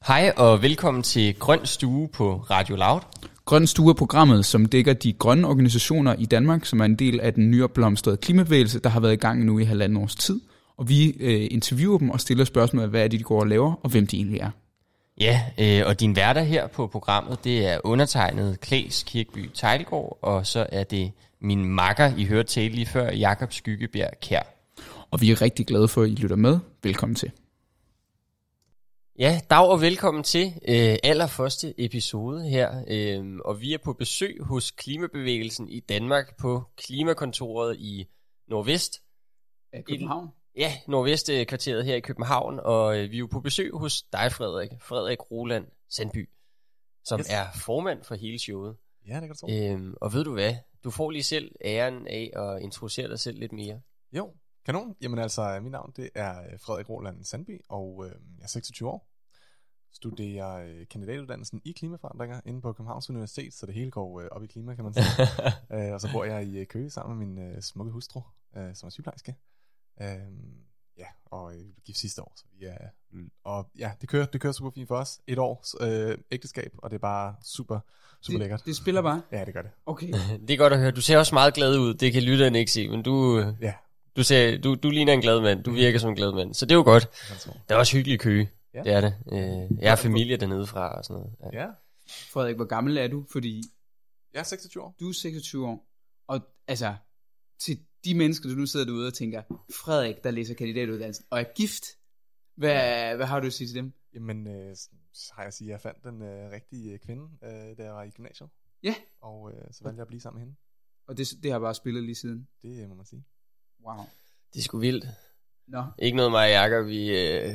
Hej og velkommen til Grøn Stue på Radio Loud. Grøn Stue er programmet, som dækker de grønne organisationer i Danmark, som er en del af den nyopblomstrede klimabevægelse, der har været i gang nu i 1,5 års tid. Og vi interviewer dem og stiller spørgsmål af, hvad er det, de går og laver, og hvem de egentlig er. Ja, og din værter her på programmet, det er undertegnet Claes Kirkeby Teglgaard, og så er det min makker, I hørte tale lige før, Jakob Skyggebjerg Kjær. Og vi er rigtig glade for, at I lytter med. Velkommen til. Ja, dag og velkommen til allerførste episode her, og vi er på besøg hos Klimabevægelsen i Danmark på Klimakontoret i Nordvest. København? Ja, Nordvest-kvarteret her i København, og vi er jo på besøg hos dig, Frederik Roland Sandby, som er formand for hele showet. Ja, det kan du tro. Og ved du hvad, du får lige selv æren af at introducere dig selv lidt mere. Jo, kanon. Jamen altså, mit navn det er Frederik Roland Sandby, og jeg er 26 år. Studerer kandidatuddannelsen i klimaforandringer inde på Københavns Universitet, så det hele går op i klima, kan man sige. Og så bor jeg i Køge sammen med min smukke hustru, som er sygeplejerske. Ja, og gift sidste år, så vi er, og ja, det kører super fint for os. 1 års ægteskab, og det er bare super lækkert. Det spiller bare? Ja, det gør det. Okay. Det er godt at høre. Du ser også meget glad ud. Det kan lytteren ikke se, men du ligner en glad mand. Du virker som en glad mand, så det er jo godt. Det er også hyggeligt Køge. Ja. Det er det. Jeg har familie dernede fra og sådan noget. Ja. Frederik, hvor gammel er du? Fordi jeg er 26 år. Du er 26 år. Og altså, til de mennesker, der nu sidder derude og tænker, Frederik, der læser kandidatuddannelsen, og er gift, hvad har du at sige til dem? Jamen, så har jeg at sige, at jeg fandt den rigtige kvinde, da jeg var i gymnasiet. Ja. Og så valgte jeg at blive sammen med hende. Og det har bare spillet lige siden? Det må man sige. Wow. Det er sgu vildt. Nå. Ikke noget mig og Jakob, vi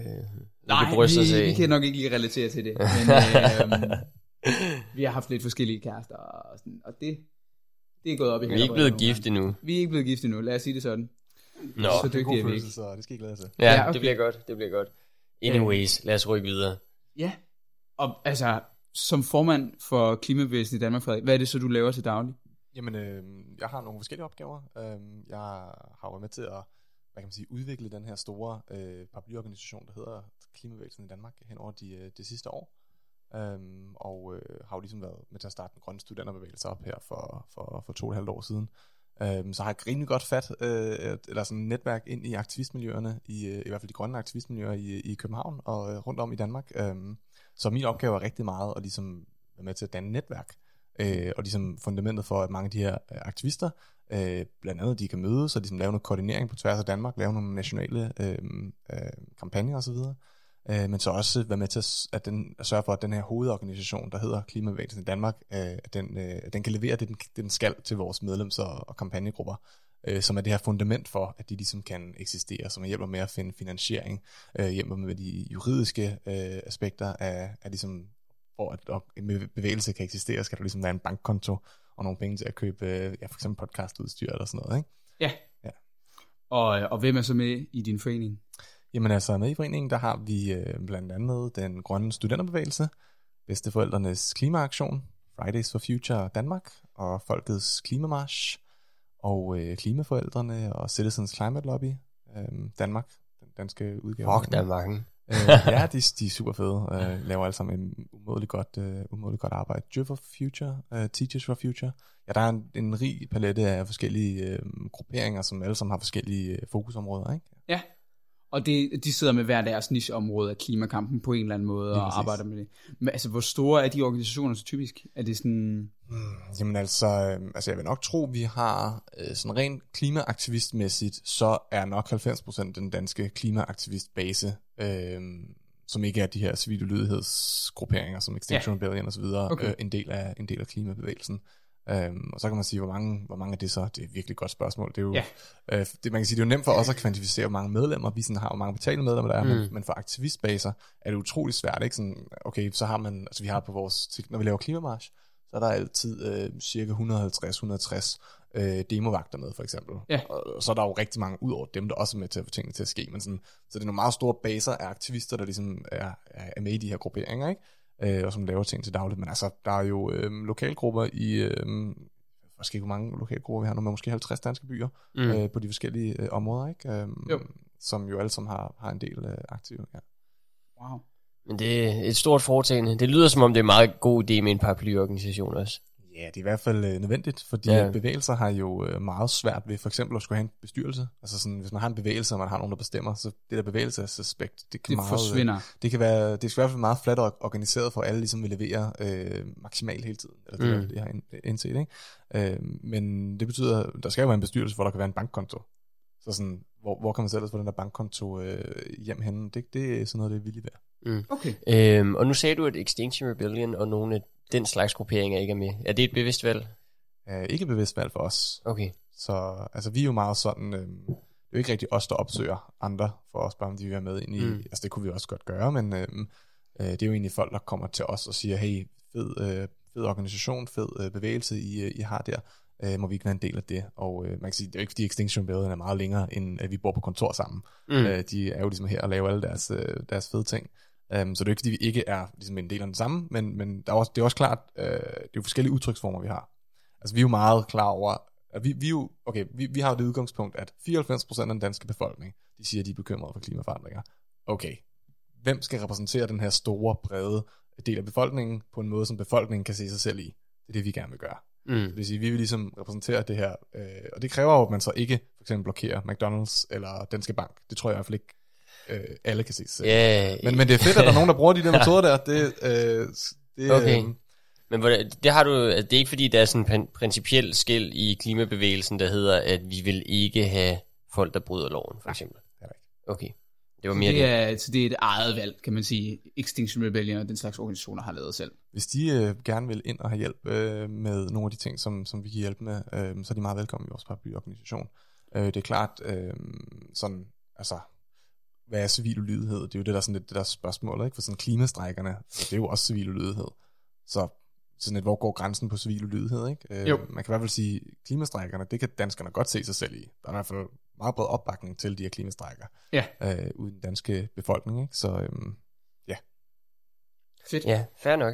vi kan nok ikke lige relatere til det. Men vi har haft lidt forskellige kærester, og det er gået op i. Vi er ikke blevet gift endnu. Vi er ikke blevet gift endnu, lad os sige det sådan. Nå. Så dygtige er vi ikke. Så det skal I glæde til. Ja, okay. Det bliver godt. Anyways, lad os rykke videre. Ja, og altså, som formand for Klimabevægelsen i Danmark, Frederik, hvad er det så, du laver til daglig? Jamen, jeg har nogle forskellige opgaver. Jeg har været med til at udvikle den her store paraplyorganisation, der hedder Klimabevægelsen i Danmark hen over de sidste år. Og har jo ligesom været med til at starte en grøn studenterbevægelse op her for 2,5 år siden. Så har jeg rimelig godt fat, eller sådan et netværk ind i aktivistmiljøerne, i hvert fald de grønne aktivistmiljøer i København og rundt om i Danmark. Så min opgave er rigtig meget at ligesom være med til at danne netværk, og ligesom fundamentet for, at mange af de her aktivister, blandt andet de kan mødes og ligesom lave noget koordinering på tværs af Danmark, lave nogle nationale kampagner osv., men så også være med til at sørge for, at den her hovedorganisation, der hedder Klimabevægelsen i Danmark, den kan levere det, den skal til vores medlems- og kampagnegrupper, som er det her fundament for, at de ligesom kan eksistere, som hjælper med at finde finansiering, hjælper med de juridiske aspekter af ligesom, for at en bevægelse kan eksistere, skal der ligesom være en bankkonto og nogle penge til at købe for eksempel podcastudstyr eller sådan noget, ikke? Ja. Og hvem er så med i din forening? Jamen altså, med i foreningen, der har vi blandt andet den grønne studenterbevægelse, Bedsteforældrenes klimaaktion, Fridays for Future Danmark, og Folkets Klimamarch, og Klimaforældrene og Citizens Climate Lobby Danmark, den danske udgave. Fuck, der er mange. Ja, de er super fede. Laver alle sammen en umådeligt godt arbejde. Djøf for Future, Teachers for Future. Ja, der er en rig palette af forskellige grupperinger, som alle sammen har forskellige fokusområder, ikke? Ja. Og de sidder med hver deres nicheområde af klimakampen på en eller anden måde og arbejder med det. Men altså, hvor store er de organisationer så typisk? Er det sådan... Jamen altså, jeg vil nok tro, vi har sådan rent klimaaktivistmæssigt, så er nok 90% den danske klimaaktivistbase, som ikke er de her civil ulydighedsgrupperinger som Extinction Rebellion og så videre, okay. en del af klimabevægelsen. Og så kan man sige, hvor mange af det så, det er et virkelig godt spørgsmål. Det er jo, man kan sige, det er jo nemt for os at kvantificere, hvor mange medlemmer, vi sådan har, hvor mange betalende medlemmer der er, men for aktivistbaser er det utroligt svært, ikke? Sådan, okay, så har man, altså vi har på vores, når vi laver klimamarch, så er der altid cirka 150-160 demovagter med, for eksempel. Ja. Og så er der jo rigtig mange ud over dem, der også er med til at få tingene til at ske, men sådan, så det er nogle meget store baser af aktivister, der ligesom er med i de her grupperinger, ikke? Og som laver ting til dagligt. Men altså, der er jo lokalgrupper i, måske hvor mange lokalgrupper vi har nu, med måske 50 danske byer på de forskellige områder, ikke? Som jo alle sammen har en del aktive. Ja. Wow. Men det er et stort foretagende. Det lyder som om, det er en meget god idé med en paraplyorganisation også. Ja, det er i hvert fald nødvendigt, fordi bevægelser har jo meget svært ved for eksempel at skulle have en bestyrelse. Altså sådan, hvis man har en bevægelse, og man har nogen, der bestemmer, så det der bevægelsesaspekt, det forsvinder. Det skal i hvert fald meget fladt organiseret, for at alle ligesom vil levere maksimalt hele tiden. Eller det har indset, ikke? Men det betyder, der skal jo være en bestyrelse, hvor der kan være en bankkonto. Så sådan, hvor kan man selv få den der bankkonto hjem henne? Det er sådan noget, det er vildt værd. Okay. Og nu sagde du, at Extinction Rebellion og nogle af den slags grupperinger ikke er med. Er det et bevidst valg? Ikke et bevidst valg for os. Okay. Så altså, vi er jo meget sådan, det er jo ikke rigtig os, der opsøger andre for os, bare om de vil være med ind i, altså det kunne vi også godt gøre, men det er jo egentlig folk, der kommer til os og siger, hey, fed organisation, fed bevægelse, I har der, må vi ikke være en del af det. Og man kan sige, det er jo ikke fordi Extinction Rebellion er meget længere, end at vi bor på kontor sammen. De er jo ligesom her og laver alle deres fede ting. Så det er jo ikke fordi, vi ikke er ligesom en del af den samme, men det er også klart, det er jo forskellige udtryksformer, vi har. Altså vi er jo meget klar over, at vi har jo det udgangspunkt, at 94% af den danske befolkning, de siger, at de er bekymrede for klimaforandringer. Okay, hvem skal repræsentere den her store, brede del af befolkningen, på en måde, som befolkningen kan se sig selv i? Det er det, vi gerne vil gøre. Det vil sige, vi vil ligesom repræsentere det her, og det kræver jo, at man så ikke for eksempel blokerer McDonald's eller Danske Bank. Det tror jeg i hvert fald ikke, alle kan se sig selv. Men det er fedt, at der er nogen, der bruger de der metoder der. Det okay. Men det har du, det er ikke fordi, der er sådan en principiel skel i klimabevægelsen, der hedder, at vi vil ikke have folk, der bryder loven, for eksempel. Det er rigtigt. Okay. Det var mere det. Så det er et eget valg, kan man sige. Extinction Rebellion og den slags organisationer har lavet selv. Hvis de gerne vil ind og have hjælp med nogle af de ting, som vi kan hjælpe med, så er de meget velkommen i vores paraplyorganisation. Det er klart, sådan, altså, hvad er civil ulydighed? Det er jo det der sådan lidt det der spørgsmål, ikke? For sådan klimastrejkerne, det er jo også civil ulydighed. Så sådan et, hvor går grænsen på civil ulydighed, ikke? Man kan i hvert fald sige, klimastrejkerne, det kan danskerne godt se sig selv i. Der er i hvert fald meget bred opbakning til de her klimastrejker ude i den danske befolkning, ikke? Så ja. Fedt. Ja, fair nok.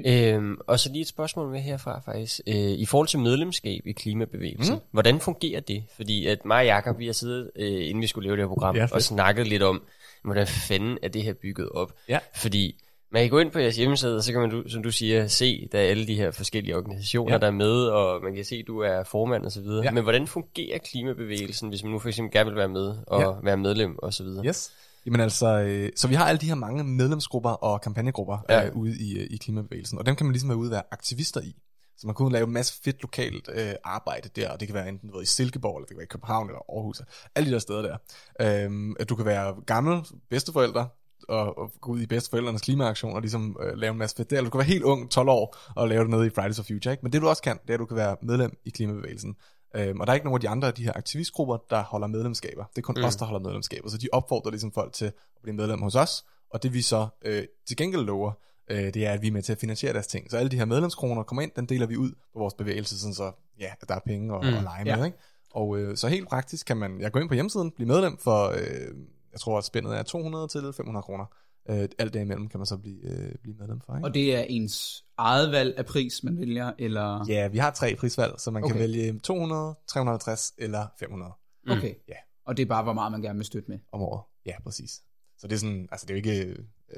Og så lige et spørgsmål med herfra faktisk. I forhold til medlemskab i klimabevægelsen, hvordan fungerer det? Fordi at mig og Jacob, vi har siddet, inden vi skulle lave det her program, og snakket lidt om, hvordan fanden er det her bygget op? Ja. Fordi man kan gå ind på jeres hjemmeside, og så kan man, som du siger, se, der er alle de her forskellige organisationer, der er med, og man kan se, at du er formand og så videre. Men hvordan fungerer klimabevægelsen, hvis man nu for eksempel gerne vil være med og være medlem og så videre? Yes. Jamen altså, så vi har alle de her mange medlemsgrupper og kampagnegrupper ude i klimabevægelsen, og dem kan man ligesom være ude og være aktivister i. Så man kunne lave en masse fedt lokalt arbejde der, og det kan være enten i Silkeborg, eller det kan være i København eller Aarhus, alle de der steder der. Du kan være gammel bedsteforældre, og gå ud i bedsteforældrenes klimaaktion og ligesom lave en masse fedt der. Eller du kan være helt ung, 12 år, og lave det noget i Fridays for Future, ikke? Men det du også kan, det er, at du kan være medlem i klimabevægelsen. Og der er ikke nogen af de andre af de her aktivistgrupper, der holder medlemskaber. Det er kun os, der holder medlemskaber. Så de opfordrer ligesom folk til at blive medlem hos os. Og det vi så til gengæld lover, det er, at vi er med til at finansiere deres ting. Så alle de her medlemskroner kommer ind, den deler vi ud på vores bevægelse, sådan så at der er penge og lege med, ikke? Og så helt praktisk kan man gå ind på hjemmesiden, blive medlem for, jeg tror at spændet er 200 til 500 kroner. Alt derimellem kan man så blive medlem for, ikke? Og det er ens eget valg af pris, man vælger, eller? Ja, vi har 3 prisvalg, så man kan vælge 200, 350 eller 500. Okay, og det er bare, hvor meget man gerne vil støtte med? Om året, ja, præcis. Så det er sådan, altså det er jo ikke,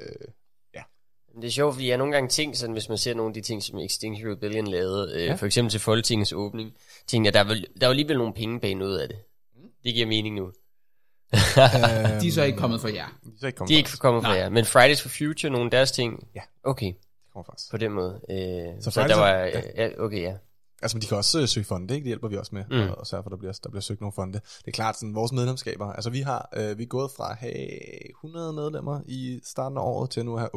Det er sjovt, fordi jeg nogle gange tænker sådan, hvis man ser nogle af de ting, som Extinction Rebellion lavede, for eksempel til Folketingets åbning, tænker jeg, der var alligevel nogle penge bag noget af det. Det giver mening nu. De er så ikke kommet fra jer. De er ikke kommet fra jer. Men Fridays for Future, nogle af deres ting? Ja. Okay. Det kommer faktisk. På den måde. Så der var, okay. Altså, men de kan også søge fonde, ikke? Det hjælper vi også med, og sørge for, at der bliver søgt nogle fonde. Det er klart, sådan vores medlemskaber, altså vi er gået fra at have 100 medlemmer i starten af året, til nu at have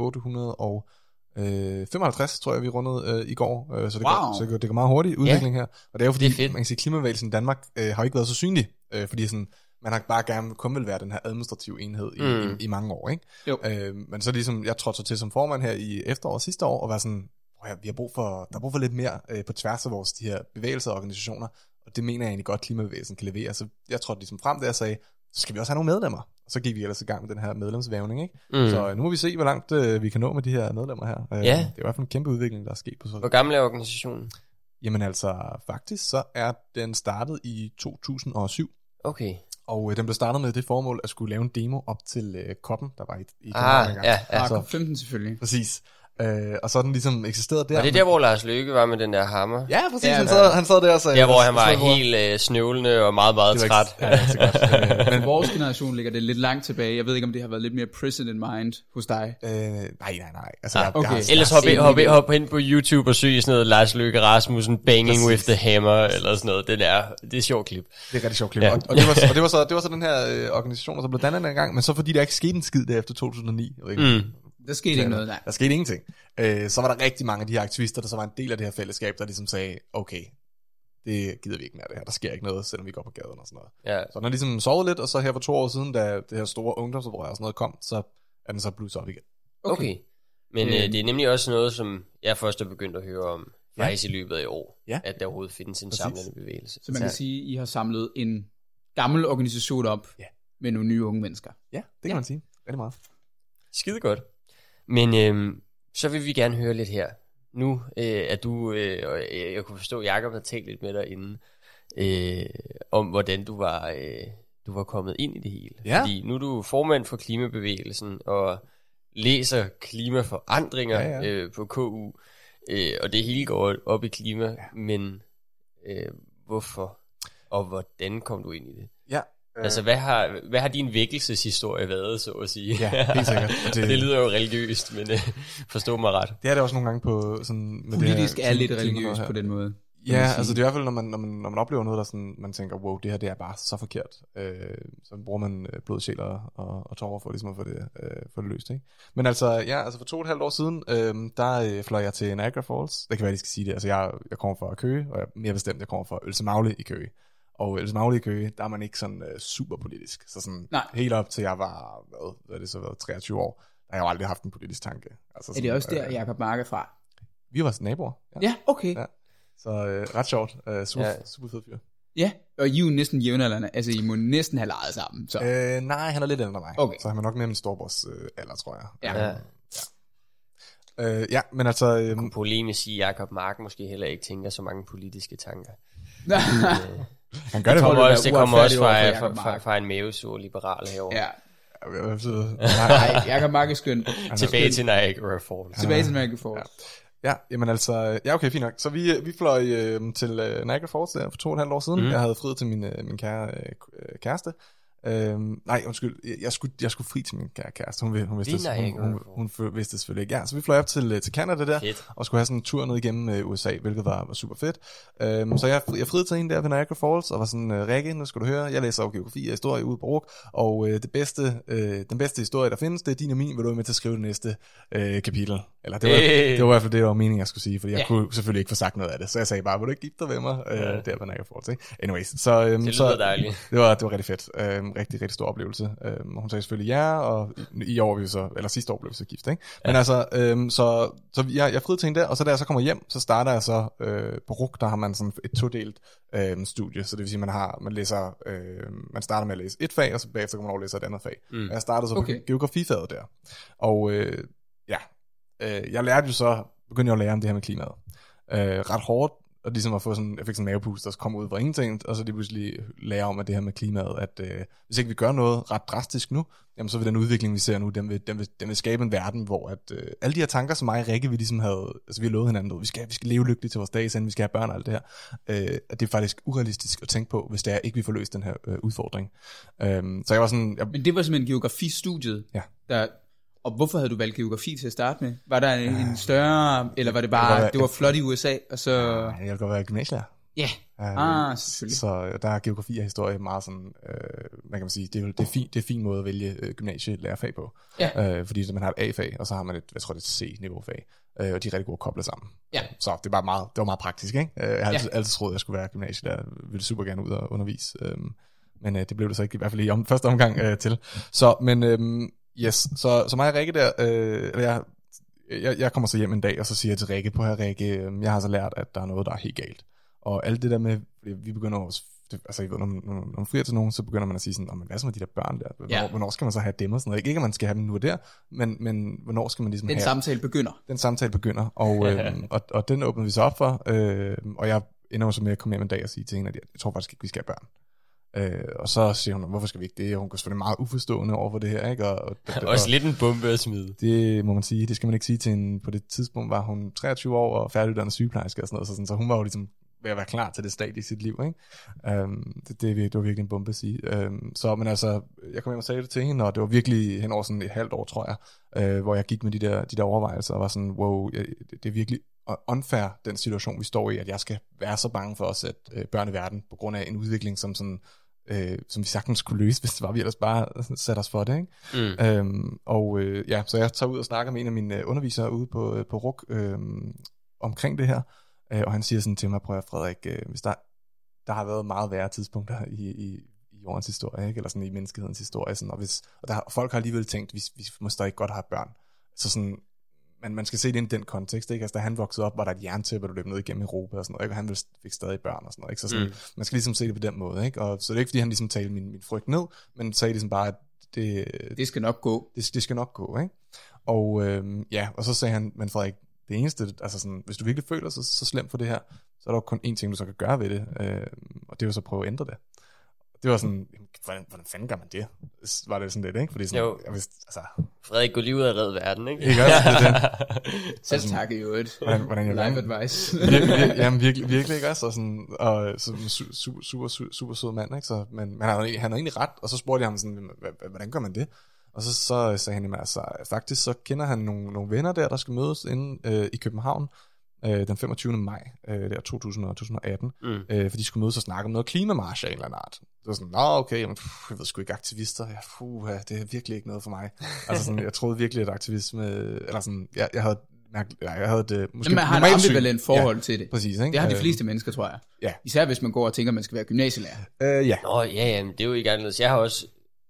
855, tror jeg, vi rundede i går. Så det går meget hurtigt, udvikling her. Og det er jo fordi, man kan sige, klimabevægelsen i Danmark har jo ikke været så synlig, fordi sådan, man har bare gerne kun vil være den her administrative enhed i mange år, ikke? Men så ligesom, jeg trådte så til som formand her i efteråret sidste år, og var sådan, vi har brug for lidt mere på tværs af vores de her bevægelser og organisationer, og det mener jeg egentlig godt, klimabevægelsen kan levere. Så jeg trådte ligesom frem der og sagde, så skal vi også have nogle medlemmer. Og så gik vi ellers i gang med den her medlemsvævning, ikke? Så nu må vi se, hvor langt vi kan nå med de her medlemmer her. Det er i hvert fald en kæmpe udvikling, der er sket på så. Hvor gammel er organisationen? Jamen altså, faktisk så er den startet i 2007. Okay. Og den blev startet med det formål at skulle lave en demo op til COP'en, der var i København engang. Ja. COP15 selvfølgelig. Præcis. Og så er den ligesom eksisteret der. Og det er der, hvor Lars Løkke var med den der hammer? Ja, præcis. Ja, han sad der og sagde... Ja, hvor han var helt snøvlende og meget, meget træt. Men vores generation ligger det lidt langt tilbage. Jeg ved ikke, om det har været lidt mere present in mind hos dig. Nej. Altså, okay. Ellers hop ind på YouTube og søg sådan noget Lars Løkke Rasmussen banging with the hammer, eller sådan noget. Det er et sjovt klip. Det er et rigtig sjovt klip. Ja. Og det var så den her organisation, der så blev dannet en gang, men så fordi der ikke skete en skid der efter 2009. Der skete ikke noget, nej. Der skete ingenting. Så var der rigtig mange af de her aktivister, der så var en del af det her fællesskab, der ligesom sagde, okay, det gider vi ikke mere det her. Der sker ikke noget, selvom vi går på gaden og sådan noget. Ja. Så den har ligesom sovet lidt, og så her for 2 år siden, da det her store ungdomsoprør og sådan noget kom, så er den så blusset op igen. Okay. Men det er nemlig også noget, som jeg først er begyndt at høre om, faktisk i løbet af i år, at der overhovedet findes en samlende bevægelse. Så man kan sige, I har samlet en gammel organisation op med nogle nye unge mennesker. Ja, det kan man sige. Rigtig meget. Skide godt. Men så vil vi gerne høre lidt her. Nu er du, og jeg kunne forstå, at Jacob havde talt lidt med dig inden, om hvordan du var kommet ind i det hele. Ja. Fordi nu er du formand for klimabevægelsen, og læser klimaforandringer på KU, og det hele går op i klima, men hvorfor og hvordan kom du ind i det? Ja. Altså, hvad har din vækkelseshistorie været, så at sige? Ja, helt sikkert. Det lyder jo religiøst, men forstå mig ret. Det er det også nogle gange på sådan... Med politisk det her, er lidt religiøst på den måde. Ja, altså det er i hvert fald, når man oplever noget, der sådan, man tænker, wow, det her det er bare så forkert. Så bruger man blod, sjæl og tårer for ligesom at få det løst, ikke? Men altså, for 2,5 år siden, der fløj jeg til Niagara Falls. Det kan være, de skal sige det. Altså jeg kommer fra Køge, og mere bestemt, jeg kommer fra Ølsemagle i Køge. Og Ølsemagle i Køge, der er man ikke sådan super politisk. Så sådan helt op til jeg var, hvad er det så været, 23 år, der har jeg jo aldrig haft en politisk tanke. Altså sådan, er det også der, Jacob Marke fra? Vi var naboer. Ja, okay. Ja. Så ret sjovt. Super fed fyr. Ja, og I er jo næsten jævnaldrende. Altså, I må næsten have leget sammen. Så. Nej, han er lidt ældre end mig. Okay. Så han er nok mere min storebrors alder, tror jeg. Ja. Men altså... kunne polemisk sige, at Jacob Mark måske heller ikke tænker så mange politiske tanker. Han gør det kommer også fra en mavesur liberal herovre. Ja. Nej, Jacob Mark er skøn. Tilbage til Niagara Falls. Ja, jamen altså, okay, fint nok. Så vi fløj til Niagara Falls der for 2,5 år siden. Jeg havde friet til min kære kæreste. Nej, undskyld, jeg skulle fri til min kære kæreste. Hun vidste det selvfølgelig ikke. Ja, så vi fløj op til Canada der, og skulle have sådan en tur ned igennem USA, hvilket var super fedt. Så jeg friede til hende der ved Niagara Falls, og var sådan, Rikke, nu skal du høre, jeg læser geografi og historie ude på RUC, og den bedste historie, der findes, det er din og min, vil du være med til at skrive det næste kapitel. Eller det var i hvert fald det, der var meningen, jeg skulle sige, fordi jeg kunne selvfølgelig ikke få sagt noget af det. Så jeg sagde bare, vil du ikke gifte dig ved mig der ved Niagara Falls, ikke? Anyways, så det lyder dejligt. Det var rigtig fedt. Rigtig, rigtig stor oplevelse. Og hun sagde selvfølgelig ja, og i år sidste år blev vi så gift, ikke? Men altså, så jeg friede til hende der, og så da jeg så kommer hjem, så starter jeg så på RUC, der har man sådan et todelt studie, så det vil sige, man starter med at læse et fag, og så bagefter kan man overlæse et andet fag. Og jeg startede så på geografifaget der. Og jeg lærte jo så, begyndte jeg at lære om det her med klimaet. Ret hårdt, og ligesom at få sådan, jeg fik sådan en mavepuste, der kom ud fra ingenting, og så lige pludselig lære om, at det her med klimaet, at hvis ikke vi gør noget ret drastisk nu, jamen så vil den udvikling, vi ser nu, den vil skabe en verden, hvor at alle de her tanker, som mig og Rikke, vi ligesom havde, altså vi har lovet hinanden, vi skal leve lykkeligt til vores dages ende, vi skal have børn og alt det her, at det er faktisk urealistisk at tænke på, hvis det er ikke vi får løst den her udfordring. Så jeg var sådan... Men det var simpelthen geografistudiet, der... Og hvorfor havde du valgt geografi til at starte med? Var der en større, eller var det bare, det var flot i USA, og så... Jeg vil godt være gymnasielærer. Ja, selvfølgelig. Så der er geografi og historie meget sådan, man kan sige, det er en fin måde at vælge gymnasielærerfag på. Ja. Fordi man har et A-fag, og så har man et C-niveau-fag, og de er rigtig gode at koble sammen. Ja. Så det var meget praktisk, ikke? Jeg har altid troet, at jeg skulle være gymnasielærer, ville super gerne ud og undervise, men det blev det så ikke, i hvert fald i første omgang til. Så, men... Yes, så mig og Rikke der, jeg kommer så hjem en dag, og så siger jeg til Rikke, på her Rikke, jeg har så lært, at der er noget, der er helt galt. Og alt det der med, vi begynder også, altså når man frier til nogen, så begynder man at sige sådan, men hvad så med de der børn der? Hvornår skal man så have dem og sådan noget? Ikke at man skal have dem nu og der, men hvornår skal man ligesom have... Den samtale begynder. Og den åbner vi så op for, og jeg ender jo så med at komme hjem en dag og sige til hende, at jeg tror faktisk ikke, vi skal have børn. Og så siger hun, hvorfor skal vi ikke det? Og hun går selvfølgelig meget uforstående over for det her, ikke? Og også lidt en bombe at smide. Det må man sige. Det skal man ikke sige til hende. På det tidspunkt var hun 23 år og færdiguddannet sygeplejerske og sådan noget. Så hun var jo ligesom ved at være klar til det stadie i sit liv, ikke? Det var virkelig en bombe at sige. Men altså, jeg kom hjem og sagde det til hende, og det var virkelig hen over sådan et halvt år, tror jeg, hvor jeg gik med de der overvejelser og var sådan, wow, det er virkelig unfair, den situation, vi står i, at jeg skal være så bange for os, at børn i verden, på grund af en udvikling, som vi sagtens kunne løse, hvis det var, vi ellers bare satte os for det, ikke? Så jeg tager ud og snakker med en af mine undervisere ude på RUK omkring det her, og han siger sådan til mig, prøv at Frederik, hvis der har været meget værre tidspunkter i jordens historie, ikke? Eller sådan i menneskehedens historie, sådan, og folk har alligevel tænkt, vi må stadig godt have børn, så sådan, man skal se det i den kontekst, ikke? Altså, da han voksede op, var der et jerntæppe, der løb ned igennem Europa og sådan noget, ikke? Og han fik stadig børn og sådan noget, ikke? Så sådan, man skal ligesom se det på den måde, ikke? Og så det er ikke, fordi han ligesom talte min frygt ned, men sagde ligesom bare, at det skal nok gå. Det skal nok gå, ikke? Og og så sagde han, men Frederik, det eneste, altså sådan, hvis du virkelig føler sig så slemt for det her, så er der jo kun én ting, du så kan gøre ved det, og det er jo så at prøve at ændre det. Det var sådan, hvordan fanden gør man det? Var det sådan lidt, ikke? Fordi sådan, jo. Jeg vidste, altså... Frederik, gå lige ud og redde verden, ikke? Ikke også? Det. Selv tak i øvrigt. Hvordan live advice. Jamen virkelig ikke også? Og så super sød mand, ikke? Så, men han havde egentlig ret, og så spurgte jeg ham sådan, hvordan gør man det? Og så sagde han mig, altså faktisk så kender han nogle venner der skal mødes inde i København, den 25. maj, der 2018, for de skulle mødes og snakke om noget klimamarch af en eller anden art. Det var sådan, okay, jamen, jeg ved sgu ikke, aktivister, det er virkelig ikke noget for mig. Altså sådan, jeg troede virkelig, at aktivisme, eller sådan, jeg havde det måske... Man har et ambivalent forhold til det. Præcis, ikke? Det har de fleste mennesker, tror jeg. Ja. Især hvis man går og tænker, at man skal være gymnasielærer. Ja. Nå, ja, men det er jo ikke anderledes. Jeg har også,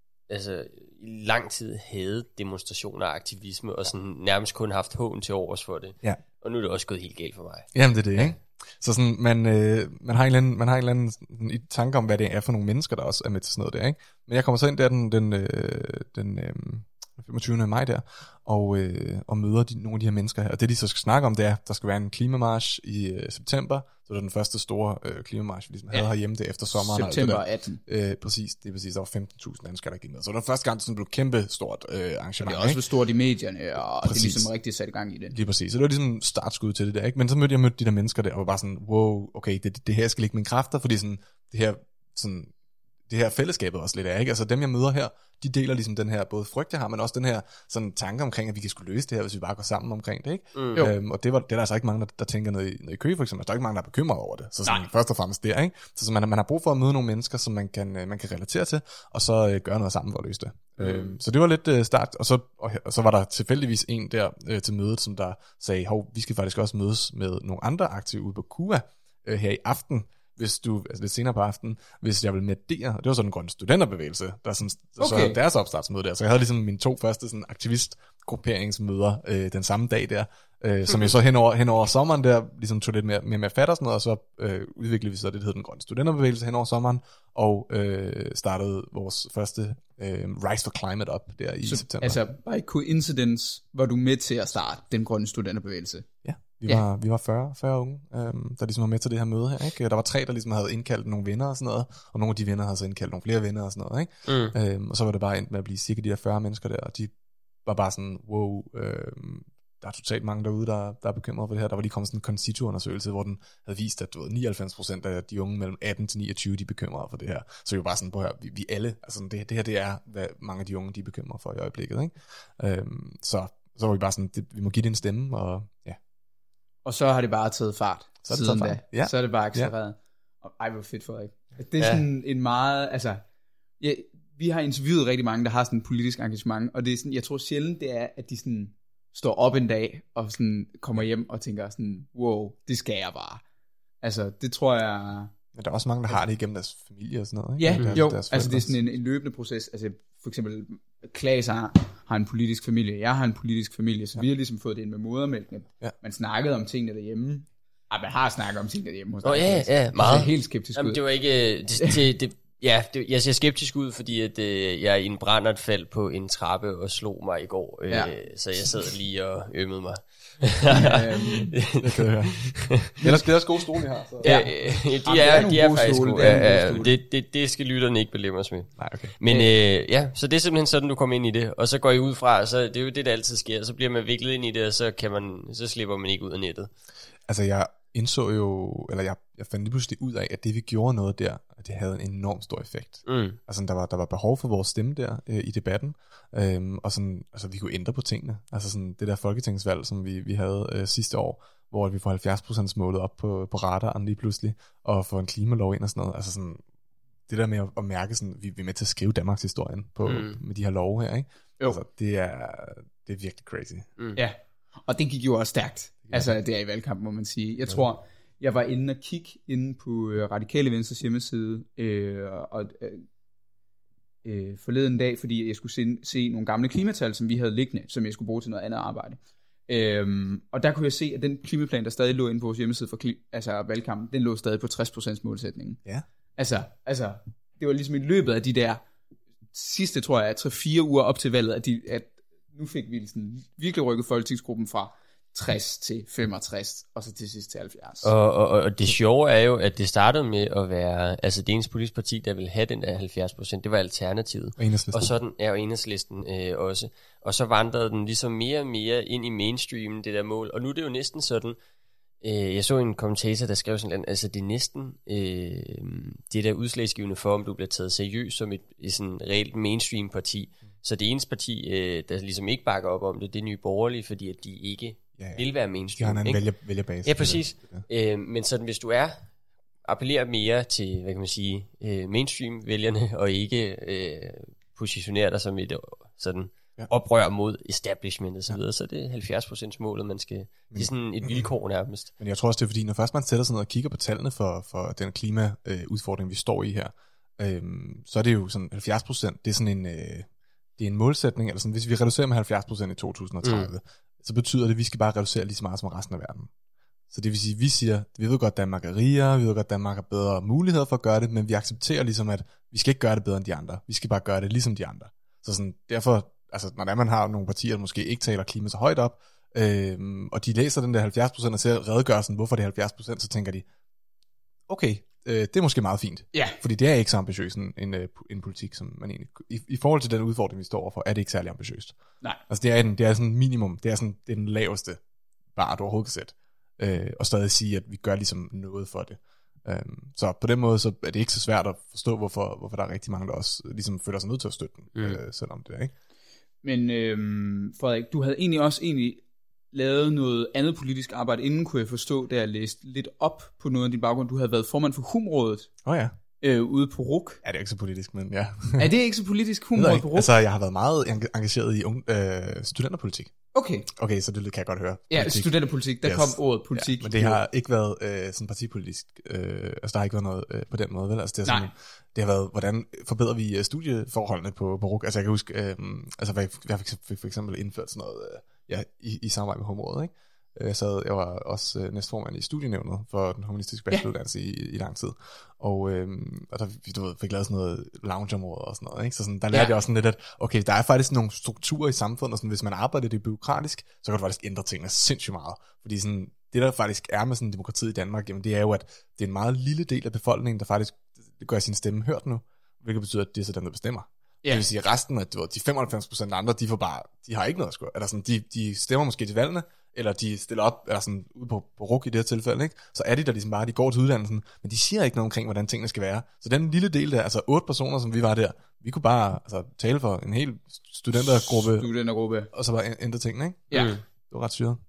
i lang tid havde demonstrationer og aktivisme, og sådan nærmest kun haft hån til overs for det. Ja. Og nu er det også gået helt galt for mig. Jamen det er det, ikke? Så sådan, man har en eller anden tanke om, hvad det er for nogle mennesker, der også er med til sådan noget der, ikke? Men jeg kommer så ind der den 25. maj der, og møder nogle af de her mennesker her. Og det de så skal snakke om, det er, der skal være en klimamarch i september. Så det er den første store klimamarch, vi ligesom havde herhjemme det efter sommeren. September 18. Præcis, det er præcis. Der var 15.000 danskere, der gik med. Så det var første gang, det blev et kæmpe stort arrangement. Og det er også stort i medierne, og præcis. Det er ligesom rigtig sat i gang i det. Lige præcis. Så det var ligesom startskud til det der, ikke? Men så mødte jeg de der mennesker der, og var bare sådan, wow, okay, det her skal ligge mine kræfter, fordi sådan, det her fællesskabet også lidt er, ikke? Altså dem, jeg møder her, de deler ligesom den her både frygt, jeg har, men også den her sådan tanke omkring, at vi kan skulle løse det her, hvis vi bare går sammen omkring det, ikke? Og det er der altså ikke mange, der tænker ned i Køge, for eksempel. Der er ikke mange, der er bekymret over det. Så sådan, først og fremmest der, ikke? Så man har brug for at møde nogle mennesker, som man kan relatere til, og så gøre noget sammen for at løse det. Så det var lidt start, og så var der tilfældigvis en der til mødet, som der sagde, vi skal faktisk også mødes med nogle andre aktive ude på KUA her i aften, lidt senere på aftenen, hvis jeg vil meditere. Det var sådan en grøn studenterbevægelse, der sådan, så deres opstartsmøde der. Så jeg havde ligesom mine 2 første sådan aktivistgrupperingsmøder den samme dag der, som jeg så hen over sommeren der, ligesom tog lidt mere med fat og sådan noget, og så udviklede vi så det, der hed den grønne studenterbevægelse hen over sommeren, og startede vores første Rise for Climate op der i september. Altså, by coincidence var du med til at starte den grønne studenterbevægelse? Ja. Vi var 40 unge, der ligesom var med til det her møde her, ikke? Der var 3, der ligesom havde indkaldt nogle venner og sådan noget, og nogle af de venner havde så indkaldt nogle flere venner og sådan noget, ikke? Og så var det bare endt med at blive cirka de her 40 mennesker der, og de var bare sådan, wow, der er totalt mange derude, der er bekymrede for det her. Der var lige kommet sådan en Concito-undersøgelse, hvor den havde vist, at 99% af de unge mellem 18 til 29, de er bekymrede for det her. Så vi var bare sådan, på her, vi alle, altså det her, det er, hvad mange af de unge, de er bekymrede for i øjeblikket, ikke? Så var vi bare sådan, vi må give det en stemme, og ja. Og så har det bare taget fart siden da. Ja. Så er det bare accelereret. Og ej, hvor fedt, Frederik. Det er sådan en meget, altså, vi har interviewet rigtig mange, der har sådan en politisk engagement, og det er sådan, jeg tror sjældent det er, at de sådan står op en dag, og sådan kommer hjem og tænker sådan, wow, det skal jeg bare. Altså, det tror jeg... Men der er også mange, der har det igennem deres familie og sådan noget, ikke? Ja, altså det er sådan en løbende proces. Altså for eksempel, Klaas har en politisk familie, jeg har en politisk familie, så vi har ligesom fået det ind med modermælken. Man snakkede om tingene derhjemme. Man har snakket om tingene derhjemme hos dig. Ja, meget. Det er helt skeptisk. Jamen, det var ikke... Ja, jeg ser skeptisk ud, fordi at, jeg i en brændert faldt på en trappe og slog mig i går. Så jeg sad lige og ømmede mig. Det kan jeg høre. Det er også gode stole, jeg har. Så. De er faktisk gode. Det skal lytterne ikke belemres med. Nej, okay. Men så det er simpelthen sådan, du kommer ind i det. Og så går I ud fra, så det er jo det, der altid sker. Så bliver man viklet ind i det, og så slipper man ikke ud af nettet. Altså jeg indså jo, eller jeg fandt lige pludselig ud af, at det vi gjorde noget der, at det havde en enorm stor effekt. Altså der var behov for vores stemme der i debatten, og sådan, altså vi kunne ændre på tingene. Altså sådan det der folketingsvalg, som vi havde sidste år, hvor vi får 70% målet op på radaren lige pludselig, og får en klimalov ind og sådan noget. Altså sådan, det der med at mærke sådan, vi er med til at skrive Danmarks historien med de her love her, ikke? Jo. Altså det er virkelig crazy. Ja, og det gik jo også stærkt. Altså det er i valgkampen, må man sige. Jeg tror, jeg var inde og kigge inde på Radikale Venstres hjemmeside forleden dag, fordi jeg skulle se nogle gamle klimatal, som vi havde liggende, som jeg skulle bruge til noget andet arbejde. Og der kunne jeg se, at den klimaplan, der stadig lå inde på vores hjemmeside for valgkampen, den lå stadig på 60% målsætningen. Ja. Altså, det var ligesom i løbet af de der sidste, tror jeg, 3-4 uger op til valget, at nu fik vi sådan virkelig rykket folketingsgruppen fra 60 til 65, og så til sidst til 70. Og det sjove er jo, at det startede med at være, altså det eneste politiske parti, der ville have den der 70%, det var Alternativet. Og sådan er jo Enhedslisten også. Og så vandrede den ligesom mere og mere ind i mainstreamen, det der mål. Og nu er det jo næsten sådan, jeg så en kommentator, der skrev sådan, altså det er næsten det der udslagsgivende for, om du bliver taget seriøst som et sådan reelt mainstream parti. Så det eneste parti, der ligesom ikke bakker op om det, det er Nye Borgerlige, fordi at de ikke vil være mainstream. De har en vælgerbase. Ja, præcis. Men sådan, hvis du appellerer mere til, hvad kan man sige, mainstream-vælgerne, og ikke positionerer dig som et sådan oprør mod establishment og så videre, så det er 70% målet, man skal, det er sådan et vilkår nærmest. Men jeg tror også, det er fordi, når først man sætter sig ned og kigger på tallene for den klimaudfordring, vi står i her, så er det jo sådan 70%, det er sådan en målsætning, eller sådan, hvis vi reducerer med 70% i 2030, så betyder det, at vi skal bare reducere lige så meget som resten af verden. Så det vil sige, at vi siger, vi ved godt, at Danmark er rigere, vi ved godt, at Danmark har bedre muligheder for at gøre det, men vi accepterer ligesom, at vi skal ikke gøre det bedre end de andre. Vi skal bare gøre det ligesom de andre. Så sådan, derfor, altså, når man har nogle partier, der måske ikke taler klima så højt op, og de læser den der 70% og ser redegørelsen, hvorfor det er 70%, så tænker de, okay, det er måske meget fint. Ja. Fordi det er ikke så ambitiøst en politik, som man egentlig... I forhold til den udfordring, vi står overfor, er det ikke særlig ambitiøst. Nej. Altså det er sådan minimum, det er den laveste bar, du overhovedet kan sætte. Og stadig sige, at vi gør ligesom noget for det. Så på den måde, så er det ikke så svært at forstå, hvorfor der er rigtig mange, der også ligesom føler sig nødt til at støtte den, selvom det er, ikke? Men Frederik, du havde egentlig lavet noget andet politisk arbejde inden, kunne jeg forstå, da jeg læste lidt op på noget af din baggrund. Du havde været formand for Humrådet. Ude på RUC. Ja, det er ikke så politisk, men ja. Er det ikke så politisk, Humrådet på RUC? Altså, jeg har været meget engageret i studenterpolitik. Okay, så det kan jeg godt høre. Ja, politik. Studenterpolitik, der kom ordet politik. Ja, men det har ikke været sådan partipolitisk. Altså, der har ikke været noget på den måde, vel? Altså, det er sådan, det har været, hvordan forbedrer vi studieforholdene på RUC? Altså, jeg kan huske, jeg fik for eksempel indført sådan noget i samarbejde med Humrådet, ikke? Jeg var også næstformand i studienævnet for den humanistiske bacheloruddannelse i lang tid. Og der fik lavet sådan noget loungeområde og sådan noget, ikke? Så sådan, der lærte jeg også sådan lidt, at okay, der er faktisk nogle strukturer i samfundet, og sådan, hvis man arbejder det bureaukratisk, så kan du faktisk ændre tingene sindssygt meget. Fordi sådan, det der faktisk er med sådan demokratiet i Danmark, jamen, det er jo, at det er en meget lille del af befolkningen, der faktisk gør sin stemme hørt nu, hvilket betyder, at det er så dem, der bestemmer. Det vil sige, at resten af de 95% andre, de har ikke noget at skulle. Eller sådan, de stemmer måske til valgene, eller de stiller op, eller sådan ude på RUC i det her tilfælde, ikke? Så er de der ligesom bare, de går til uddannelsen, men de siger ikke noget omkring, hvordan tingene skal være. Så den lille del der, altså 8 personer, som vi var der, vi kunne bare tale for en hel studentergruppe, og så bare ændre tingene, ikke? Ja. Det var ret syret.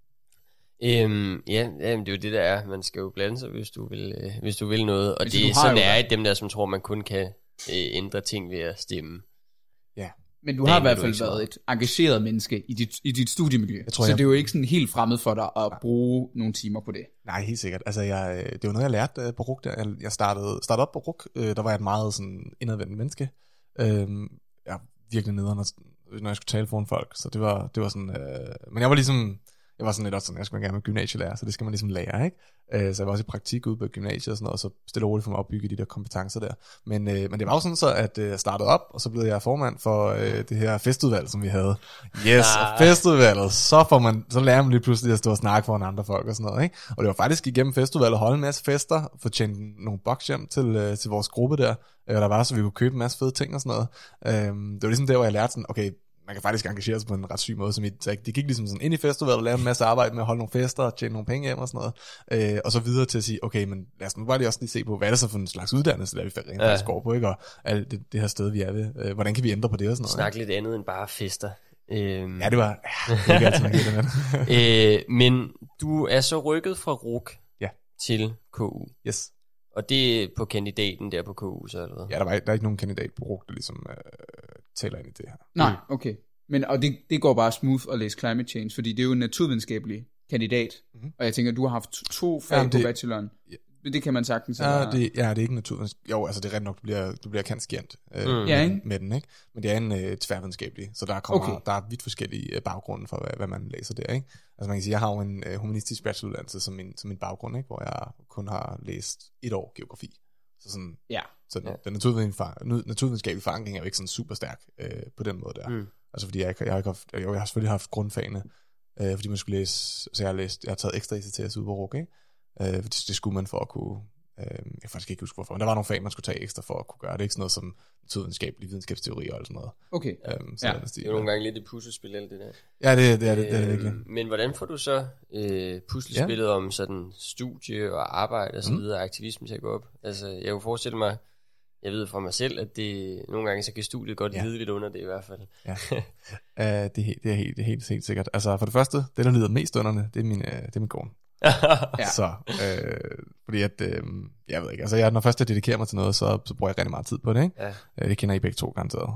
Jamen, det er jo det, der er. Man skal jo blande sig, hvis du vil noget. Og det er sådan, det er i dem der, som tror, man kun kan ændre ting ved at stemme. Ja. Men du har i hvert fald været et engageret menneske i dit studiemiljø, så det er jo ikke sådan helt fremmed for dig at bruge nogle timer på det. Nej, helt sikkert. Altså, det var noget, jeg lærte på RUC der. Jeg startede op på RUC, der var jeg et meget sådan indadvendt menneske. Jeg virkelig nederen, når jeg skulle tale foran folk, så det var sådan, men jeg var ligesom, Jeg var sådan lidt også sådan, jeg skulle gerne være gymnasielærer, så det skal man ligesom lære, ikke? Så jeg var også i praktik ude på gymnasiet og sådan noget, og så stille og roligt for mig at opbygge de der kompetencer der. Men det var jo sådan så, at jeg startede op, og så blev jeg formand for det her festudvalg, som vi havde. Yes, og festudvalget, så lærer man lige pludselig at stå og snakke foran andre folk og sådan noget, ikke? Og det var faktisk igennem festudvalget at holde en masse fester, få tjent nogle boks hjem til vores gruppe der var, så vi kunne købe en masse fede ting og sådan noget. Det var ligesom der, hvor jeg lærte sådan, okay, man kan faktisk engagere sig på en ret syg måde, så det gik ligesom sådan ind i festivalet og lave en masse arbejde med at holde nogle fester og tjene nogle penge hjem og sådan noget, og så videre til at sige, okay, men lad os nu bare lige også lige se på, hvad er det så for en slags uddannelse, der vi faktisk går på, ikke? Og alt det her sted, vi er ved, hvordan kan vi ændre på det og sådan noget. Snak lidt andet end bare fester. Ja, det var ikke altid, man det med. Men du er så rykket fra RUC til KU. Yes. Og det er på kandidaten der på KU, så eller hvad? Ja, der er ikke nogen kandidat på RUC, der ligesom taler ind i det her. Nej, okay. Men, og det går bare smooth at læse climate change, fordi det er jo en naturvidenskabelig kandidat. Mm-hmm. Og jeg tænker, du har haft 2 fag på bacheloren. Ja. Det kan man sagtens. Det er ikke naturvidenskabelig. Jo, altså det er ret nok, du bliver kanskient med den, ikke? Men det er en tværvidenskabelig, så der er vidt forskellige baggrunde for, hvad man læser der, ikke? Altså man kan sige, jeg har jo en humanistisk bacheloruddannelse som min baggrund, ikke? Hvor jeg kun har læst 1 år geografi. Så sådan, den naturvidenskabelige forankring er jo ikke sådan super stærk på den måde der. Altså fordi jeg har selvfølgelig haft grundfagene, fordi man skulle læse, så jeg har taget ekstra ECTS ud på RUC, ikke? Det skulle man for at kunne, jeg kan faktisk ikke huske hvorfor, men der var nogle fag, man skulle tage ekstra for at kunne gøre det, ikke sådan noget som naturvidenskabelig videnskabsteori og sådan noget. Okay. Det er nogle gange lidt et puslespil, alt det der. Ja, det er det virkelig. Men hvordan får du så puslespillet om sådan studie og arbejde og så videre, aktivisme til at gå op? Altså, jeg kunne forestille mig, jeg ved fra mig selv, at det nogle gange så kan studiet godt lide lidt under det i hvert fald. Ja. Det er helt sikkert. Altså for det første, det der lider mest under det er min kone. Så, fordi at, jeg ved ikke, altså når først jeg dedikerer mig til noget, så bruger jeg rigtig meget tid på det, ikke? Ja. Det kender I begge to garanteret.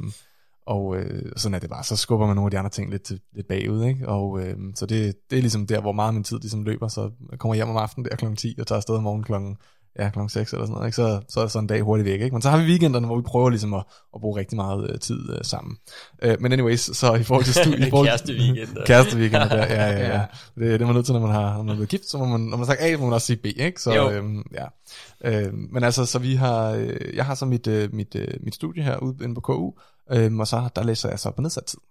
Og sådan er det bare, så skubber man nogle af de andre ting lidt bagud, ikke? Og så det er ligesom der, hvor meget af min tid ligesom løber, så jeg kommer hjem om aftenen der klokken 10 og tager afsted om morgenen klokken 6 eller sådan noget, ikke? Så er det sådan en dag hurtigt væk, ikke? Men så har vi weekenderne, hvor vi prøver ligesom at bruge rigtig meget tid sammen. Men anyways, så i forhold til studiet... Kæresteweekender der, ja. Det er man nødt til, når man er blevet gift, så når man sagt A, må man også sige B, ikke? Så men altså, så jeg har så mit studie her ude inde på KU, og så der læser jeg så på nedsat tid.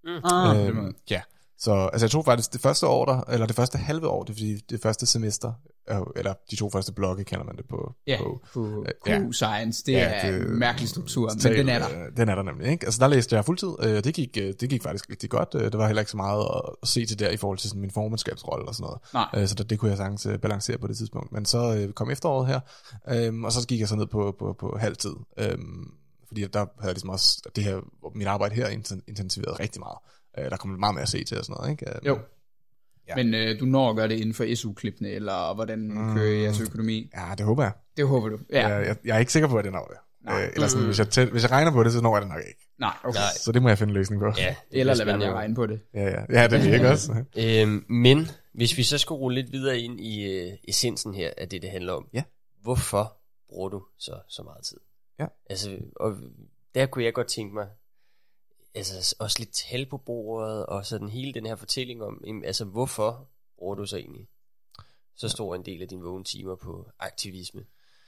Så altså jeg tror faktisk det første år eller det første halve år, det er fordi det første semester, eller de 2 første blokke kalder man det på. Ja, på Q-Science, det er en mærkelig struktur, men den er der. Den er der nemlig, ikke? Altså der læste jeg fuldtid, det gik faktisk rigtig godt, det var heller ikke så meget at se til der i forhold til sådan min formandskabsrolle og sådan noget. Så det kunne jeg sagtens balancere på det tidspunkt. Men så kom efteråret her, og så gik jeg så ned på halvtid, fordi der havde jeg ligesom også det her, mit arbejde her intensiveret rigtig meget. Der kommer meget mere at se til og sådan noget, ikke? Jo. Ja. Men du når at gøre det inden for SU-klippene, eller hvordan kører jeres økonomi? Ja, det håber jeg. Det håber du, ja. Jeg er ikke sikker på, at det når det. Eller sådan, hvis jeg regner på det, så når jeg det nok ikke. Nej, okay. Så det må jeg finde en løsning på. Ja, eller lad være med at regne på det. Ja, det er ikke også. Men hvis vi så skal rulle lidt videre ind i essensen her af det handler om. Ja. Hvorfor bruger du så meget tid? Ja. Altså, og der kunne jeg godt tænke mig, altså også lidt tal på bordet, og sådan hele den her fortælling om, altså hvorfor bruger du så egentlig så stor en del af dine vågne timer på aktivisme?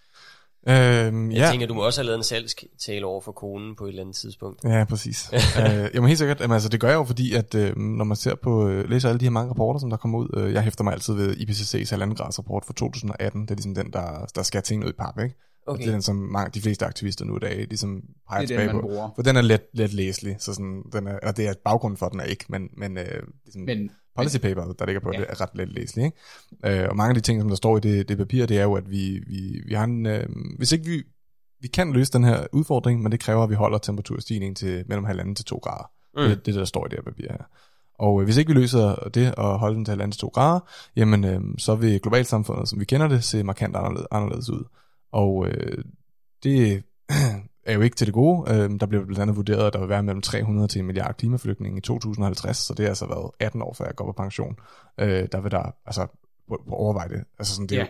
Jeg tænker, du må også have lavet en salgstale over for konen på et eller andet tidspunkt. Ja, præcis. Jamen helt sikkert, altså det gør jeg jo, fordi at når man ser på, læser alle de her mange rapporter, som der kommer ud, jeg hæfter mig altid ved IPCC's halvandengradsrapport fra 2018, det er ligesom den, der skal tingene ud i pap, ikke? Okay. Og det er den, som de fleste aktivister nu i dag ligesom peger tilbage på. Bruger. For den er let læselig, så sådan, eller det er baggrunden for, den er ikke, men policy paper, der ligger på, det er ret let læselig, ikke? Og mange af de ting, som der står i det papir, det er jo, at vi har en, hvis ikke vi kan løse den her udfordring, men det kræver, at vi holder temperaturstigningen til mellem 1,5 til 2 grader. Det der står i det her papir her. Og hvis ikke vi løser det og holder den til 1,5 til 2 grader, jamen så vil globalsamfundet, som vi kender det, se markant anderledes ud. Og det er jo ikke til det gode. Der bliver blandt andet vurderet, at der vil være mellem 300 til 1 milliard klimaflygtninge i 2050, så det har altså været 18 år før jeg går på pension. Der vil der altså på overveje det. Altså sådan, det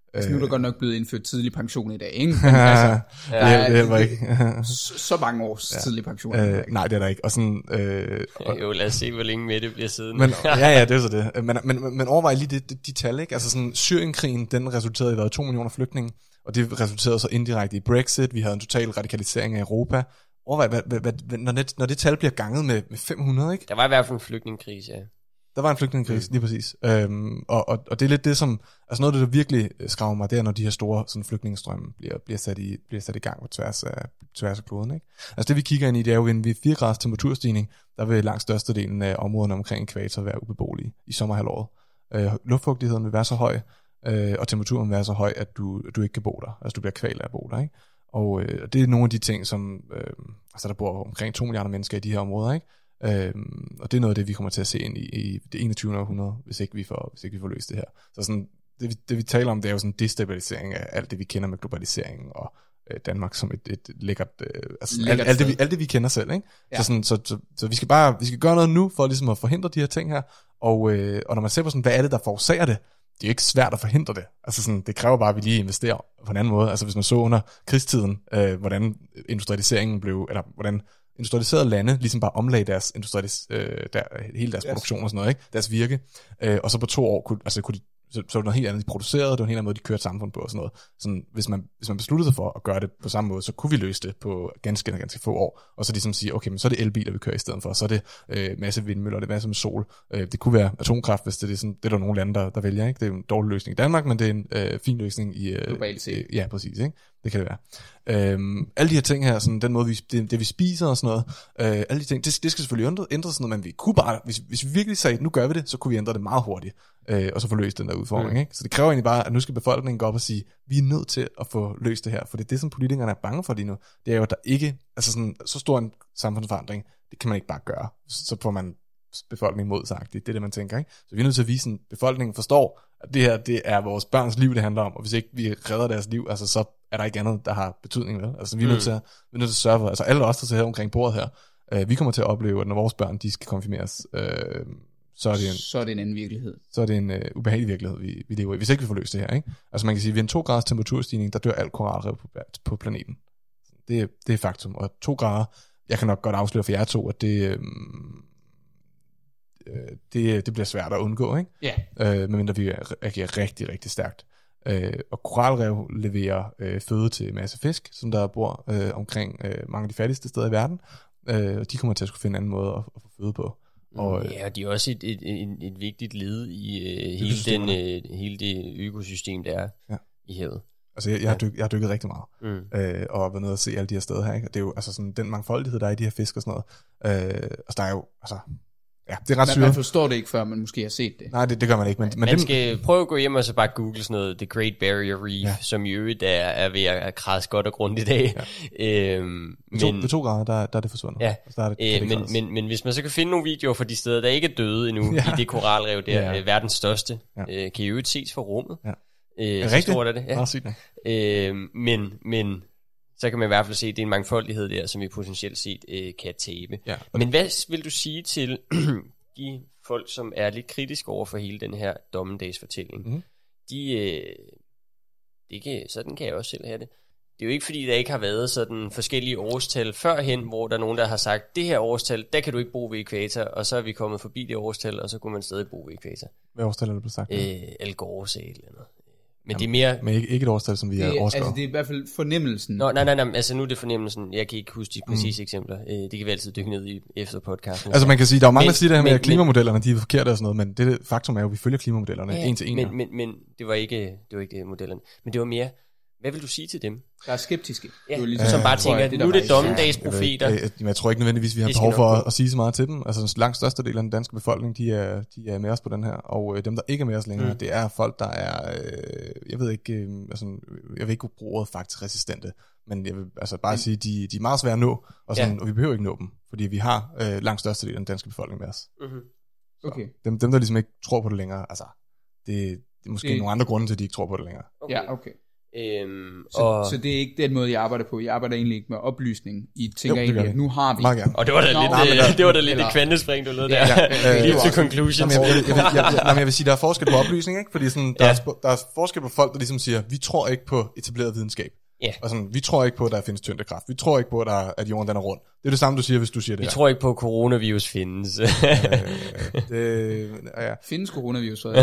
Altså nu er der godt nok blevet indført tidlig pension i dag, ikke? Men altså, det hjælper ikke. så mange års tidlig pension. Nej, det er der ikke. Og sådan, jo, lad os se, hvor længe med det bliver siden. Men, ja, det er så det. Men overvej lige de tal, ikke? Altså sådan, Syrienkrigen, den resulterede i 2 millioner flygtninge, og det resulterede så indirekte i Brexit. Vi havde en total radikalisering af Europa. Overvej, når det tal bliver ganget med 500, ikke? Der var i hvert fald en flygtningekrise, ja. Der var en flygtningekrise, lige præcis. Og det er lidt det, som... Altså noget af det, der virkelig skræmmer mig, det er, når de her store sådan, flygtningestrømme bliver sat i gang på tværs af kloden, ikke? Altså det, vi kigger ind i, det er jo, ved 4 graders temperaturstigning, der vil langt størstedelen af områderne omkring ekvator være ubeboelige i sommerhalvåret. Luftfugtigheden vil være så høj, og temperaturen vil være så høj, at du ikke kan bo der. Altså du bliver kvalt af at bo der, ikke? Og det er nogle af de ting, som... altså der bor omkring 2 milliarder mennesker i de her områder, ikke? Og det er noget af det, vi kommer til at se ind i det 21. århundrede, hvis ikke vi får løst det her. Så sådan, det vi taler om, det er jo sådan en destabilisering af alt det, vi kender med globaliseringen, og Danmark som et lækkert... alt det, vi kender selv, ikke? Ja. Så vi skal gøre noget nu, for ligesom at forhindre de her ting her, og når man ser på sådan, hvad er det, der forårsager det, det er jo ikke svært at forhindre det. Altså sådan, det kræver bare, at vi lige investerer på en anden måde. Altså hvis man så under krigstiden, hvordan industrialiseringen blev, eller hvordan industrialiserede lande ligesom bare omlagde deres hele deres produktion og sådan noget, ikke? Deres virke. Og så på 2 år kunne de, så var det noget helt andet, de producerede, det var en helt anden måde, de kørte samfund på og sådan noget. Sådan, hvis man besluttede sig for at gøre det på samme måde, så kunne vi løse det på ganske få år. Og så ligesom sige, okay, men så er det elbiler, vi kører i stedet for, så er det masse vindmøller, det er masse med sol. Det kunne være atomkraft, hvis det er sådan, det er der nogle lande, der vælger, ikke? Det er en dårlig løsning i Danmark, men det er en fin løsning i... globalt set. Ja, præcis, ikke? Det kan det være. Alle de her ting her, sådan den måde, det vi spiser og sådan noget, alle de ting, det skal selvfølgelig ændres sådan noget, men vi kunne bare, hvis vi virkelig sagde, nu gør vi det, så kunne vi ændre det meget hurtigt, og så få løst den der udfordring, ikke? Så det kræver egentlig bare, at nu skal befolkningen gå op og sige, vi er nødt til at få løst det her, for det er det, som politikerne er bange for lige nu, det er jo, at der ikke, altså sådan, så stor en samfundsforandring, det kan man ikke bare gøre, så får man befolkningen modsagt, det er det, man tænker, ikke? Så vi er nødt til at vise, at befolkningen forstår, at det her, det er vores børns liv, det handler om, og hvis ikke vi redder deres liv, altså så er der ikke andet, der har betydning, vel? Altså vi er nødt til at sørge for, altså alle os, der sidder her omkring bordet her, vi kommer til at opleve, at når vores børn, de skal konfirmeres, så er det en anden virkelighed. Så er det en ubehagelig virkelighed, vi lever i, hvis ikke vi får løst det her, ikke? Altså man kan sige, at ved en 2 graders temperaturstigning, der dør alt koralrev på planeten. Det er faktum, og 2 grader, jeg kan nok godt afsløre for jer 2, at det bliver svært at undgå, ikke? Ja. Medmindre vi agerer rigtig, rigtig stærkt. Og koralrev leverer føde til en masse fisk, som der bor omkring mange af de fattigste steder i verden. Og de kommer til at skulle finde en anden måde at få føde på. Og, ja, de er også et vigtigt led i hele det økosystem, der er i havet. Altså jeg har dykket rigtig meget, og været nede og se alle de her steder her, ikke? Og det er jo altså sådan den mangfoldighed, der er i de her fisk og sådan noget. Og der er jo, altså... Ja, det er ret syret. Man forstår det ikke, før man måske har set det. Nej, det gør man ikke. Men man skal prøve at gå hjem og så bare google sådan noget, The Great Barrier Reef, som i øvrigt er ved at krasse godt og grundigt i dag. Ja. Ved 2 grader, der er det forsvundet. Ja, men hvis man så kan finde nogle videoer fra de steder, der ikke er døde endnu, i det koralrev der, verdens største, kan i øvrigt ses fra rummet. Ja. Så stort er det. Ja. Sygt, men så kan man i hvert fald se, at det er en mangfoldighed der, som vi potentielt set kan tabe. Ja, men hvad vil du sige til de folk, som er lidt kritiske over for hele den her dommedagsfortælling? Mm-hmm. Sådan kan jeg også selv have det. Det er jo ikke fordi, der ikke har været sådan forskellige årstal førhen, hvor der er nogen, der har sagt, det her årstal, der kan du ikke bo ved ekvator, og så er vi kommet forbi det årstal, og så kunne man stadig bo ved ekvator. Hvad årstal er det blevet sagt? Al Gore sagde et eller andet. Men det er mere... Men ikke et årstal, som vi har overskrevet. Altså det er i hvert fald fornemmelsen. Nej, altså nu er det fornemmelsen. Jeg kan ikke huske de præcise eksempler. Det kan vi altid dykke ned i efter podcasten. Altså man kan sige, der er jo mange, der siger det her med, at klimamodellerne, de er forkerte og sådan noget, men det faktum er jo, at vi følger klimamodellerne en til en. Men det var ikke modellerne. Men det var mere... Hvad vil du sige til dem? Der er skeptiske. Ja, som bare tænker, at nu er det dommedagsprofeter. Jeg tror ikke nødvendigvis, vi har behov for at sige så meget til dem. Altså langt største del af den danske befolkning, de er med os på den her. Og dem, der ikke er med os længere, det er folk, der er, jeg vil ikke bruge ordet faktisk resistente. Men jeg vil altså bare sige, de er meget svære at nå, og vi behøver ikke nå dem. Fordi vi har langt største del af den danske befolkning med os. Mm-hmm. Okay. Dem, der ligesom ikke tror på det længere, altså det er måske nogle andre grunde til, at de ikke tror på det længere. Okay. Ja, okay. Så det er ikke den måde, jeg arbejder på. Jeg arbejder egentlig ikke med oplysning. I tænker egentlig, at nu har vi... Og det var da lidt et kvantespring, du lød der. Lead to conclusions. Jeg vil sige, der er forskel på oplysning, ikke? Fordi sådan, der er forskel på folk, der ligesom siger, vi tror ikke på etableret videnskab. Yeah. Og sådan, vi tror ikke på, at der findes tyngdekraft. Vi tror ikke på, at jorden den er rund. Det er det samme, du siger, hvis du siger det Vi her. tror ikke på, at coronavirus findes. Findes coronavirus? Ja,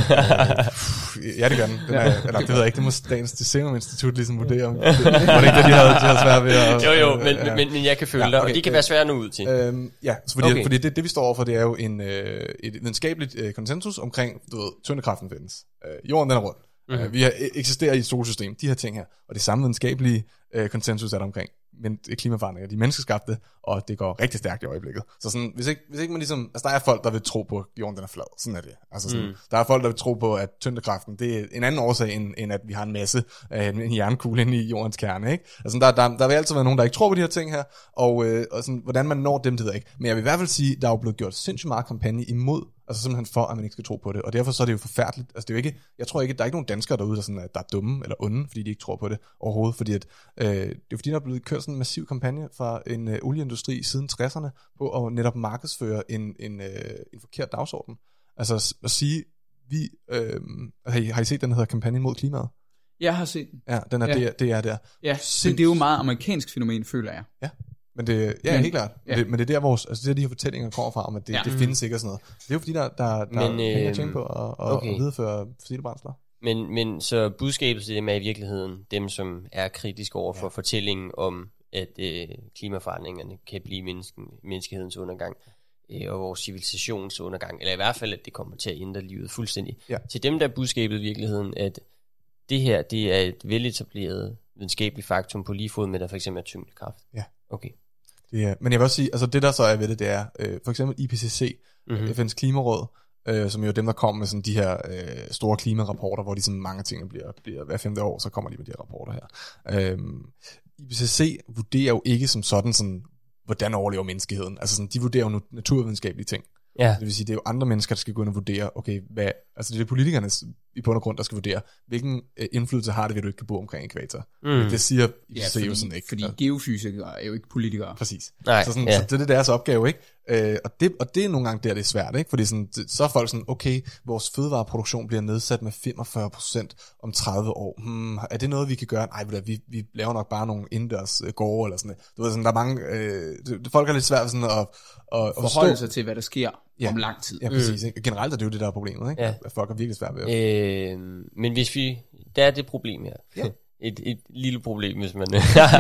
det gør den. Eller det ved jeg ikke, det må Statens Serum Institut ligesom vurdere. Var det ikke det, de havde svært ved at... Jo, men jeg kan følge dig, og de kan være svære at nå ud til. Fordi det vi står overfor, det er jo et videnskabeligt konsensus omkring, tyngdekraften findes. Jorden den er rund. Mm-hmm. Vi eksisterer i et solsystem, de her ting her, og det samme videnskabelige konsensus er der omkring, men klimaforandringer, de er menneskeskabte, og det går rigtig stærkt i øjeblikket. Så sådan, hvis ikke man ligesom, altså der er folk, der vil tro på, at jorden den er flad, sådan er det. Altså sådan, der er folk, der vil tro på, at tyngdekraften, det er en anden årsag, end at vi har en masse, en jernkugle inde i jordens kerne, ikke? Altså der vil altid være nogen, der ikke tror på de her ting her, og sådan, hvordan man når dem, det ved jeg ikke. Men jeg vil i hvert fald sige, der er jo blevet gjort sindssygt meget kampagne imod, altså simpelthen for, at man ikke skal tro på det. Og derfor så er det jo forfærdeligt. Altså det er jo ikke, jeg tror ikke, der er ikke nogen danskere derude, der er dumme eller onde, fordi de ikke tror på det overhovedet. Fordi at, det er fordi, der er blevet kørt sådan en massiv kampagne fra en olieindustri siden 60'erne på at netop markedsføre en forkert dagsorden. Altså at sige, har I set den, der hedder kampagne mod klimaet? Jeg har set den. Ja, den er der. Ja, men det er jo meget amerikansk fænomen, føler jeg. Ja. Men det, helt klart. Ja. Men det er der vores, altså det er de her fortællinger kommer fra, om at det findes ikke og sådan noget. Det er jo fordi, der er penge at tjene på at videreføre fossile brændsler. Men så budskabet til dem er i virkeligheden dem, som er kritiske over for fortællingen om, at klimaforandringerne kan blive menneskehedens undergang og vores civilisations undergang, eller i hvert fald, at det kommer til at ændre livet fuldstændig. Ja. Til dem, der er budskabet i virkeligheden, at det her, det er et veletableret videnskabeligt faktum på lige fod med, der for eksempel er tyngdekraft. Ja. Okay. Men jeg vil også sige, altså det der så er ved det, det er for eksempel IPCC, FN's klimaråd, som jo er dem, der kommer med sådan de her store klimarapporter, hvor de sådan mange ting bliver hver 5. år, så kommer de med de her rapporter her. IPCC vurderer jo ikke som sådan, hvordan overlever menneskeheden. Altså sådan, de vurderer jo naturvidenskabelige ting. Ja. Det vil sige, det er jo andre mennesker, der skal gå ind og vurdere, okay, altså det er politikerne i bund og grund, der skal vurdere, hvilken indflydelse har det, ved du ikke kan bo omkring ekvator. Det siger IPCC jo sådan ikke. Fordi geofysikere er jo ikke politikere. Præcis. Så det er deres opgave, ikke? Og det er nogle gange der, det er svært, ikke? Fordi så er folk sådan, okay, vores fødevareproduktion bliver nedsat med 45% om 30 år. Er det noget, vi kan gøre? Nej, vi laver nok bare nogle indendørs gårde eller sådan noget. Du ved, sådan, der er mange... folk er lidt svært sådan at forholde sig til, hvad der sker om lang tid. Ja, præcis. Ikke? Generelt er det jo det, der er problemet, ikke? At folk er virkelig svært ved at... Men hvis vi... Der er det problem her. Ja. Et lille problem, hvis man...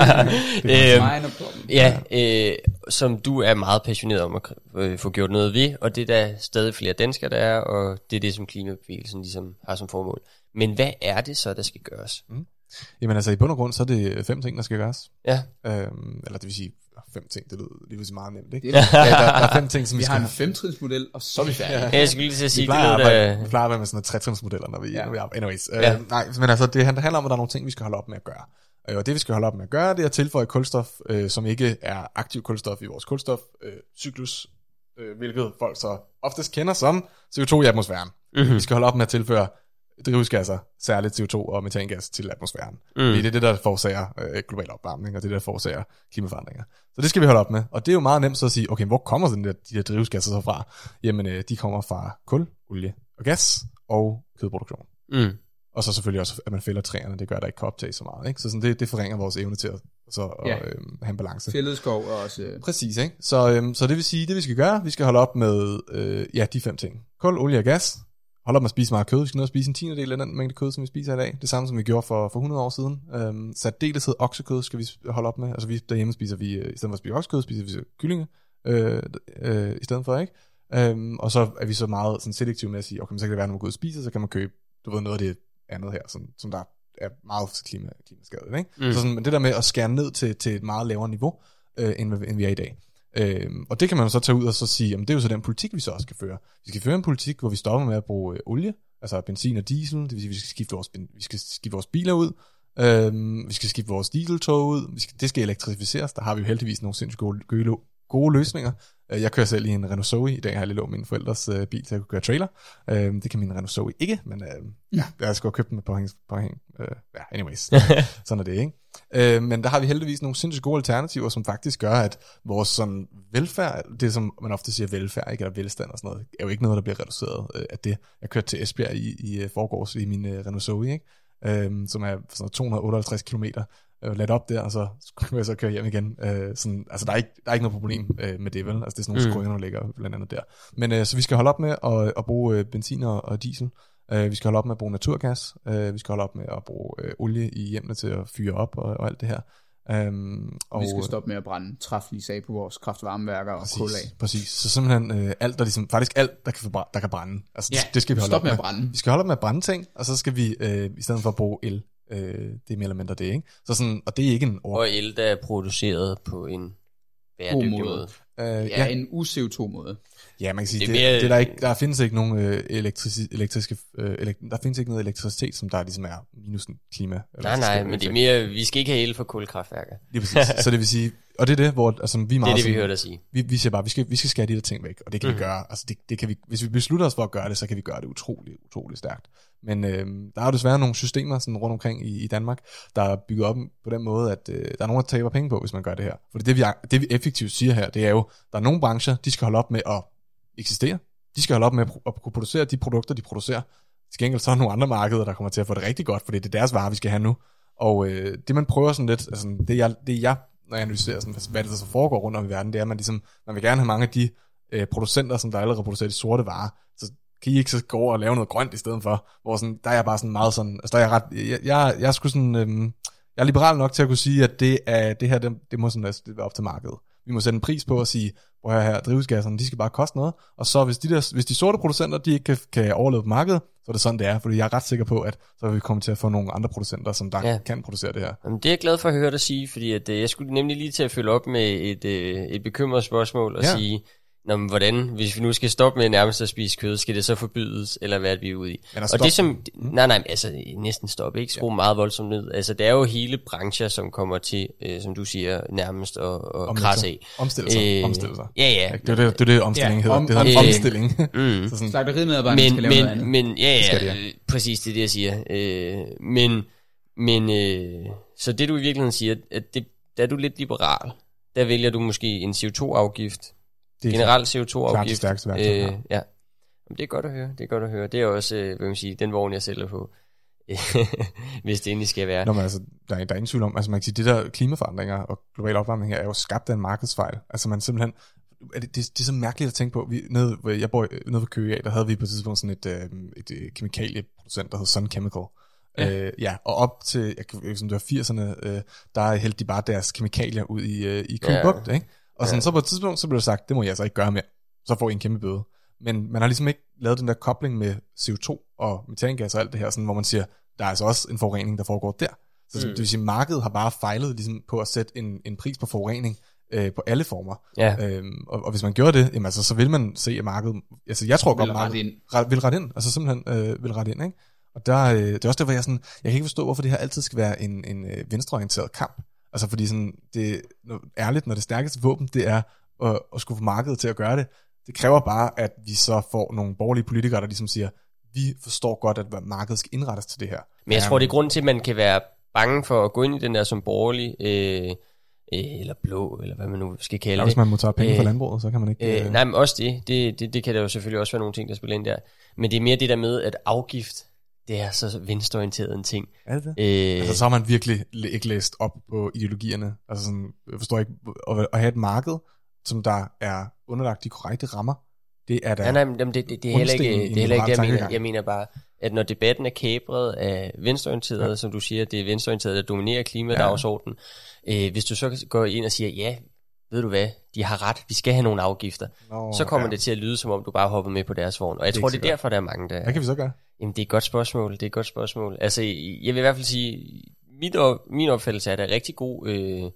som du er meget passioneret om at få gjort noget ved, og det er der stadig flere danskere, der er, og det er det, som klimabevægelsen ligesom har som formål. Men hvad er det så, der skal gøres? Jamen altså, i bund og grund, så er det 5 ting, der skal gøres. Ja. Eller det vil sige, 5 ting, det lyder lige meget nemt, ikke? Der er 5 ting, som vi har en 5-trinsmodel, og så er vi færdige. Ja, jeg skulle lige til at sige, vi plejer at være med sådan nogle 3-trinsmodeller, når vi anyways. Nej, men altså, det handler om, at der er nogle ting, vi skal holde op med at gøre. Og det, vi skal holde op med at gøre, det er at tilføje kulstof, som ikke er aktiv kulstof i vores kulstofcyklus, hvilket folk så oftest kender som CO2 i atmosfæren. Vi skal holde op med at tilføre drivhusgasser, særligt CO2 og metangas til atmosfæren. Det er det, der forårsager global opvarmning, og det der forårsager klimaforandringer. Så det skal vi holde op med. Og det er jo meget nemt så at sige, okay, hvor kommer de der drivhusgasser så fra? Jamen, de kommer fra kul, olie og gas og kødproduktion. Og så selvfølgelig også, at man fælder træerne, det gør, at der ikke kan optage så meget. Ikke? Så sådan, det forringer vores evne til at have en balance. Fældet skov og også... Præcis, ikke? Så det vil sige, det vi skal gøre, vi skal holde op med de 5 ting. Kul, olie og gas. Holde op med at spise meget kød. Vi skal nå at spise en 10% af den mængde kød, som vi spiser i dag. Det samme, som vi gjorde for 100 år siden. Særdeleshed oksekød skal vi holde op med. Altså derhjemme spiser vi, i stedet for at spise oksekød, spiser vi kyllinge i stedet for, ikke? Og så er vi så meget sådan selektive med at sige, okay, men så kan det være, når man går ud og spiser, så kan man købe, noget af det andet her, som der er meget klimaskadeligt, ikke? Så sådan, men det der med at skære ned til et meget lavere niveau, end vi er i dag. Og det kan man så tage ud og så sige, jamen det er jo så den politik, vi så også skal føre. Vi skal føre en politik, hvor vi stopper med at bruge olie, altså benzin og diesel, det vil sige, vi skal skifte vores biler ud, vi skal skifte vores dieseltog ud, det skal elektrificeres, der har vi jo heldigvis nogle sindssygt gode gode løsninger. Jeg kører selv i en Renault Zoe. I dag har jeg lige lånt mine forældres bil til at kunne køre trailer. Det kan min Renault Zoe ikke, men jeg skal købe den med påhæng. Anyways. Sådan er det, ikke? Men der har vi heldigvis nogle sindssygt gode alternativer, som faktisk gør, at vores sådan velfærd, det som man ofte siger velfærd, ikke, eller velstand og sådan noget, er jo ikke noget, der bliver reduceret af det. Jeg kørte til Esbjerg i forgårs i min Renault Zoe, ikke? Som er sådan 258 kilometer. Let op der, og så skulle jeg så køre hjem igen. Altså der er ikke noget problem med det, vel? Altså det er sådan nogle skruer, der ligger blandt andet der. Men så vi skal holde op med at bruge benzin og diesel. Vi skal holde op med at bruge naturgas. Vi skal holde op med at bruge olie i hjemmene til at fyre op og alt det her. Og vi skal stoppe med at brænde træflis af på vores kraftvarmeværker og kul af. Præcis. Så simpelthen alt, der ligesom, faktisk alt, der kan brænde. Altså det skal vi holde op med. Brænde. Vi skal holde op med at brænde ting, og så skal vi i stedet for at bruge el. Det er mere eller mindre det, ikke? Så sådan, og det er ikke en og el, der er produceret på en bæredygtig måde. En u-CO2-måde. Ja, man kan sige, der findes ikke nogen der findes ikke noget elektricitet, som der ligesom er minus klima. Nej, men det er mere, vi skal ikke have el for kulkraftværker. Lige præcis. Så det vil sige, og det er det, hvor altså, vi meget... Det er det, vi hørte at sige. Vi siger bare, vi skal skære de der ting væk, og det kan vi gøre. Altså, det kan vi, hvis vi beslutter os for at gøre det, så kan vi gøre det utrolig stærkt. Men der er jo desværre nogle systemer sådan rundt omkring i Danmark, der er bygget op på den måde, at der er nogen, der taber penge på, hvis man gør det her. For det vi effektivt siger her, det er jo, der er nogle brancher, de skal holde op med at eksistere. De skal holde op med at kunne producere de produkter, de producerer. Til gengæld så er nogle andre markeder, der kommer til at få det rigtig godt, fordi det er deres varer, vi skal have nu. Og det man prøver sådan lidt, altså det jeg når jeg analyserer sådan, hvad det der så foregår rundt om i verden, det er, at man vil gerne have mange af de producenter, som der allerede producerer de sorte varer. Så kan I ikke så gå over og lave noget grønt i stedet for, hvor sådan, der er jeg bare sådan meget sådan, altså der er jeg ret, jeg er sgu sådan, jeg er liberal nok til at kunne sige, at det her, det må sådan altså, være op til markedet. Vi må sætte en pris på at sige, prøv her, drivhusgasserne, de skal bare koste noget, og så hvis de sorte producenter, de ikke kan overleve på markedet, så er det sådan, det er, fordi jeg er ret sikker på, at så vil vi komme til at få nogle andre producenter, som der kan producere det her. Jamen, det er jeg glad for at høre dig sige, fordi at, jeg skulle nemlig lige til at følge op med et bekymret spørgsmål og sige, nå, men hvordan, hvis vi nu skal stoppe med nærmest at spise kød, skal det så forbydes, eller hvad er vi ude i? Og det som, altså næsten stoppe, ikke skrue meget voldsomt ned. Altså det er jo hele brancher, som kommer til, som du siger, nærmest at krasse af. Omstille sig. Ja. Det er det omstilling hedder. Det hedder omstilling. Så slagterimedarbejderne skal lave noget andet. Men præcis det jeg siger. Så det du i virkeligheden siger, at der er du lidt liberal. Der vælger du måske en CO2-afgift. Generel CO2-afgift. Ja. Det er godt at høre. Det er også, hvad man siger, den vogn jeg sælger på. Hvis det egentlig skal være. Nå, men altså, der er ingen tvivl om, altså man kan sige, det der klimaforandringer og global opvarmning her er jo skabt af en markedsfejl. Altså man simpelthen, det er så mærkeligt at tænke på. Jeg bor nede ved Køge af, der havde vi på et tidspunkt sådan et kemikalieproducent, der hed Sun Chemical. Og op til, som det var 80'erne, der hældte de bare deres kemikalier ud i Køge Bugt, ikke? Og sådan, så på et tidspunkt, så blev det sagt, det må jeg så ikke gøre mere. Så får I en kæmpe bøde. Men man har ligesom ikke lavet den der kobling med CO2 og metangas og alt det her, sådan, hvor man siger, der er altså også en forurening, der foregår der. Så det vil sige, markedet har bare fejlet ligesom, på at sætte en pris på forurening på alle former. Ja. Og hvis man gjorde det, jamen, altså, så vil man se, at markedet... Altså, jeg tror godt, markedet vil rette ind. Altså simpelthen vil rette ind, ikke? Og der, det er også derfor, jeg kan ikke forstå, hvorfor det her altid skal være en venstreorienteret kamp. Altså fordi sådan, det ærligt, når det stærkeste våben, det er at skulle få markedet til at gøre det. Det kræver bare, at vi så får nogle borgerlige politikere, der ligesom siger, vi forstår godt, at markedet skal indrettes til det her. Men jeg tror, det er grunden til, at man kan være bange for at gå ind i den der som borgerlig, eller blå, eller hvad man nu skal kalde det. Hvis man må tage penge fra landbruget, så kan man ikke... Nej, men også det kan der jo selvfølgelig også være nogle ting, der spiller ind der. Men det er mere det der med, at afgift, det er så venstreorienteret en ting. Er det? Altså så har man virkelig ikke læst op på ideologierne. Altså sådan, jeg forstår ikke, at have et marked, som der er underlagt de korrekte rammer, det er der... Nej, men det er heller ikke det, jeg mener. Jeg mener bare, at når debatten er kæbret af venstreorienteret, som du siger, det er venstreorienteret, der dominerer klimadagsordenen. Hvis du så går ind og siger, ja, ved du hvad, de har ret, vi skal have nogle afgifter, så kommer det til at lyde, som om du bare hopper med på deres vogn. Og jeg tror, det er derfor, der er mange, der... Hvad kan vi så gøre? Jamen, det er et godt spørgsmål. Altså, jeg vil i hvert fald sige, min opfattelse er, at der er rigtig god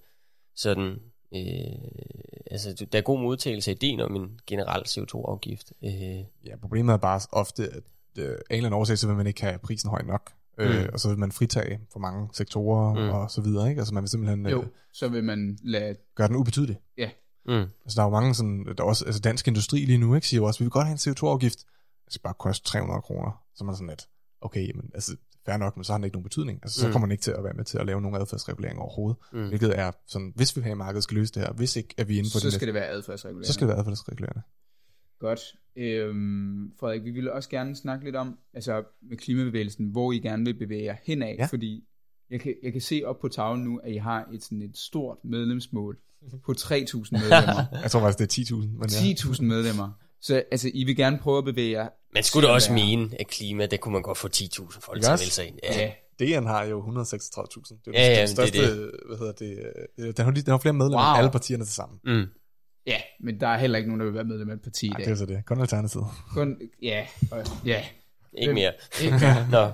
altså, der er god modtagelse af ideen om en generel CO2-afgift. Ja, problemet er bare ofte, at af en eller anden årsag, så vil man ikke have prisen høj nok. Og så vil man fritage for mange sektorer og så videre, ikke? Altså man vil simpelthen så vil man lade gøre den ubetydelig. Ja. Altså der er jo mange sådan, der er også, altså dansk industri lige nu, ikke, siger jo også, vi vil godt have en CO2-afgift, det skal bare koste 300 kroner, så man sådan lidt, okay, jamen, altså fair nok, men så har den ikke nogen betydning, altså så kommer man ikke til at være med til at lave nogen adfærdsregulering overhovedet, hvilket er sådan, hvis vi her i markedet skal løse det her, hvis ikke er vi inden for så skal det være adfærdsregulerende. Så skal det være adfærdsregulerende. Godt. Frederik, vi ville også gerne snakke lidt om, altså med klimabevægelsen, hvor I gerne vil bevæge jer henad, fordi jeg kan se op på tavlen nu, at I har et stort medlemsmål på 3.000 medlemmer. Jeg tror faktisk, det er 10.000. Men 10.000 medlemmer. Så altså, I vil gerne prøve at bevæge jer. Man skulle da også mene, at klima, det kunne man godt få 10.000 folk til at melde sig ind. Ja. DN har jo 136.000. Det er den største, hvad hedder det, den har flere medlemmer end alle partierne til sammen. Ja, men der er heller ikke nogen, der vil være medlem af et parti i dag. Nej, det er så det. Kun Alternativet. Ja. Ikke mere. Nå.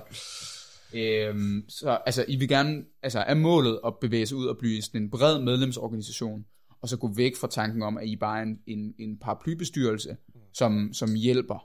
Så altså, I vil gerne, altså er målet at bevæge sig ud og blive sådan en bred medlemsorganisation, og så gå væk fra tanken om, at I bare er en paraplybestyrelse, som hjælper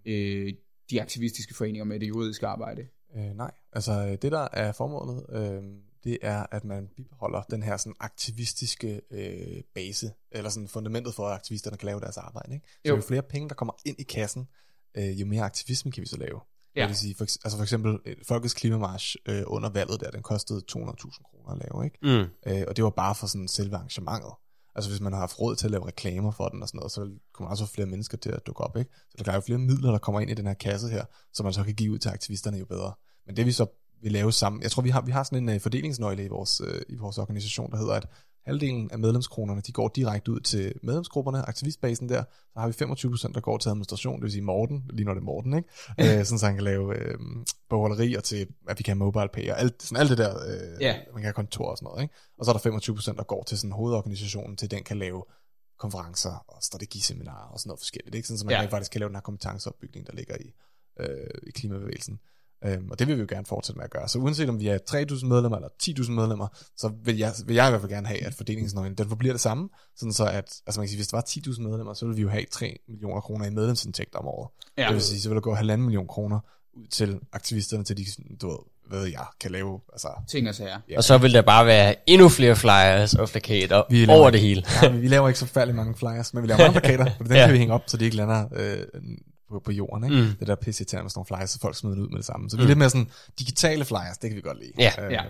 de aktivistiske foreninger med det juridiske arbejde? Nej, altså det der er formålet, det er, at man bibeholder den her sådan aktivistiske base, eller sådan fundamentet for, at aktivisterne kan lave deres arbejde. Ikke? Så jo flere penge, der kommer ind i kassen, jo mere aktivisme kan vi så lave. Ja. Det vil sige, for eksempel Folkets Klimamarch under valget der, den kostede 200.000 kroner at lave, ikke? Og det var bare for sådan selve arrangementet. Altså hvis man har haft råd til at lave reklamer for den og sådan noget, så kommer også flere mennesker til at dukke op, ikke? Så der er jo flere midler, der kommer ind i den her kasse her, som man så kan give ud til aktivisterne jo bedre. Men det vi så vil lave sammen, jeg tror vi har sådan en fordelingsnøgle i vores organisation, der hedder, at halvdelen af medlemskronerne, de går direkte ud til medlemsgrupperne, aktivistbasen der, så har vi 25%, der går til administration, det vil sige Morten, lige når det er Morten, ikke? Sådan så han kan lave bogholderi og til, at vi kan have mobile pay og alt det der, man kan have kontor og sådan noget, ikke? Og så er der 25%, der går til sådan hovedorganisationen, til den kan lave konferencer og strategiseminarer og sådan noget forskelligt, ikke? Sådan så man faktisk kan lave den her kompetenceopbygning, der ligger i klimabevægelsen. Og det vil vi jo gerne fortsætte med at gøre. Så uanset om vi er 3.000 medlemmer eller 10.000 medlemmer, så vil jeg i hvert fald gerne have, at fordelingsnøglen, den forbliver det samme, sådan så at, altså man kan sige, hvis der var 10.000 medlemmer, så ville vi jo have 3 millioner kroner i medlemsindtægt om året. Ja. Det vil sige, så vil der gå 1,5 million kroner ud til aktivisterne, til de, kan lave, altså ting og sager. Ja. Og så vil der bare være endnu flere flyers og plakater over det hele. Ja, vi laver ikke så færdig mange flyers, men vi laver mange plakater, for den kan vi hænge op, så de ikke lander på jorden, ikke? Det der pisse-irriterende med sådan nogle flyers, så folk smider den ud med det samme. Så det er lidt mere sådan, digitale flyers, det kan vi godt lide. Ja.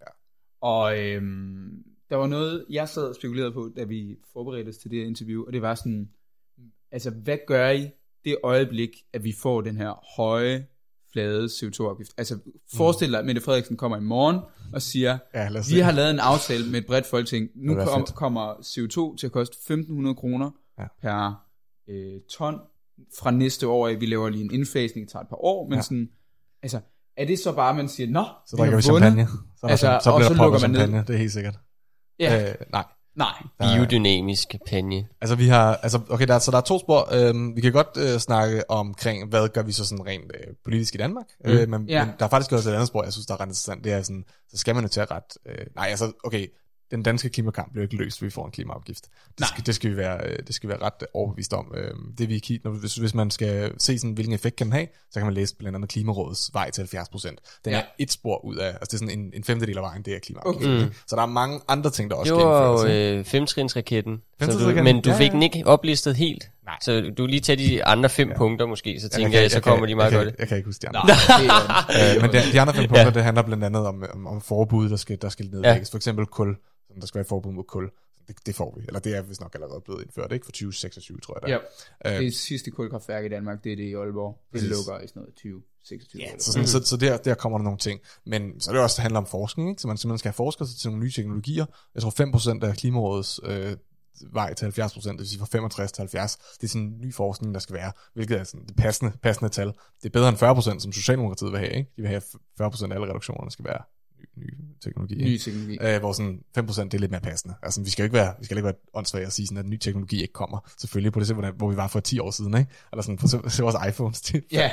Og der var noget, jeg sad og spekulerede på, da vi forberedte os til det her interview, og det var sådan, altså hvad gør I det øjeblik, at vi får den her høje, flade CO2-afgift? Altså forestil dig, at Mette Frederiksen kommer i morgen og siger, vi har lavet en aftale med et bredt folketing, nu kommer CO2 til at koste 1.500 kroner per ton, fra næste år, vi laver lige en indfasning, det tager et par år, men sådan, altså, er det så bare, man siger, så drikker vi champagne, så bliver der lukker man champagne, ned. Det er helt sikkert. Ja. Nej. Biodynamisk penge. Altså vi har, okay, der er to spor. Vi kan godt snakke omkring, hvad gør vi så sådan rent politisk i Danmark, men der er faktisk også et andet spor, jeg synes, der er ret interessant, det er sådan, så skal man jo til at okay, den danske klimakamp bliver ikke løst, hvis vi får en klimaafgift. Det skal vi være ret overbevist om. Det vi hvis man skal se sådan, hvilken effekt kan den have, så kan man læse blandt andet Klimarådets vej til 70%. Den er et spor ud af, altså det er sådan en femtedel af vejen, det er klimaafgiften. Okay. Så der er mange andre ting, der også gennemføres. Det var jo femtrinsraketten. Men du fik den ikke oplistet helt. Nej. Så du lige tager de andre 5 punkter måske, så tænker jeg, så kommer de meget godt. Jeg kan ikke huske de andre. Men de andre 5 punkter, det handler blandt andet om forbud, der skal nedlægges. For eksempel kul. Der skal være forbud mod kul. Det får vi. Eller det er vist nok allerede blevet indført, ikke? For 2026, tror jeg der. Ja. Det sidste kulkraftværk i Danmark, det er det i Aalborg. Det lukker i sådan noget 2026. Ja, så der kommer der nogle ting. Men så er det også, det handler om forskning, ikke? Så man simpelthen skal have forsket sig til nogle nye teknologier. Jeg tror 5% af Klimarådets vej til 70%, det vil sige fra 65 til 70. Det er sådan en ny forskning, der skal være, hvilket er sådan det passende tal. Det er bedre end 40%, som Socialdemokratiet vil have, ikke? De vil have 40% af alle reduktionerne skal være ny teknologi. Hvor sådan 5% det er lidt mere passende. Altså vi skal ikke være åndssvage at sige sådan, at ny teknologi ikke kommer. Selvfølgelig på det simpelthen, hvor vi var for 10 år siden, ikke? Eller sådan på vores iPhones.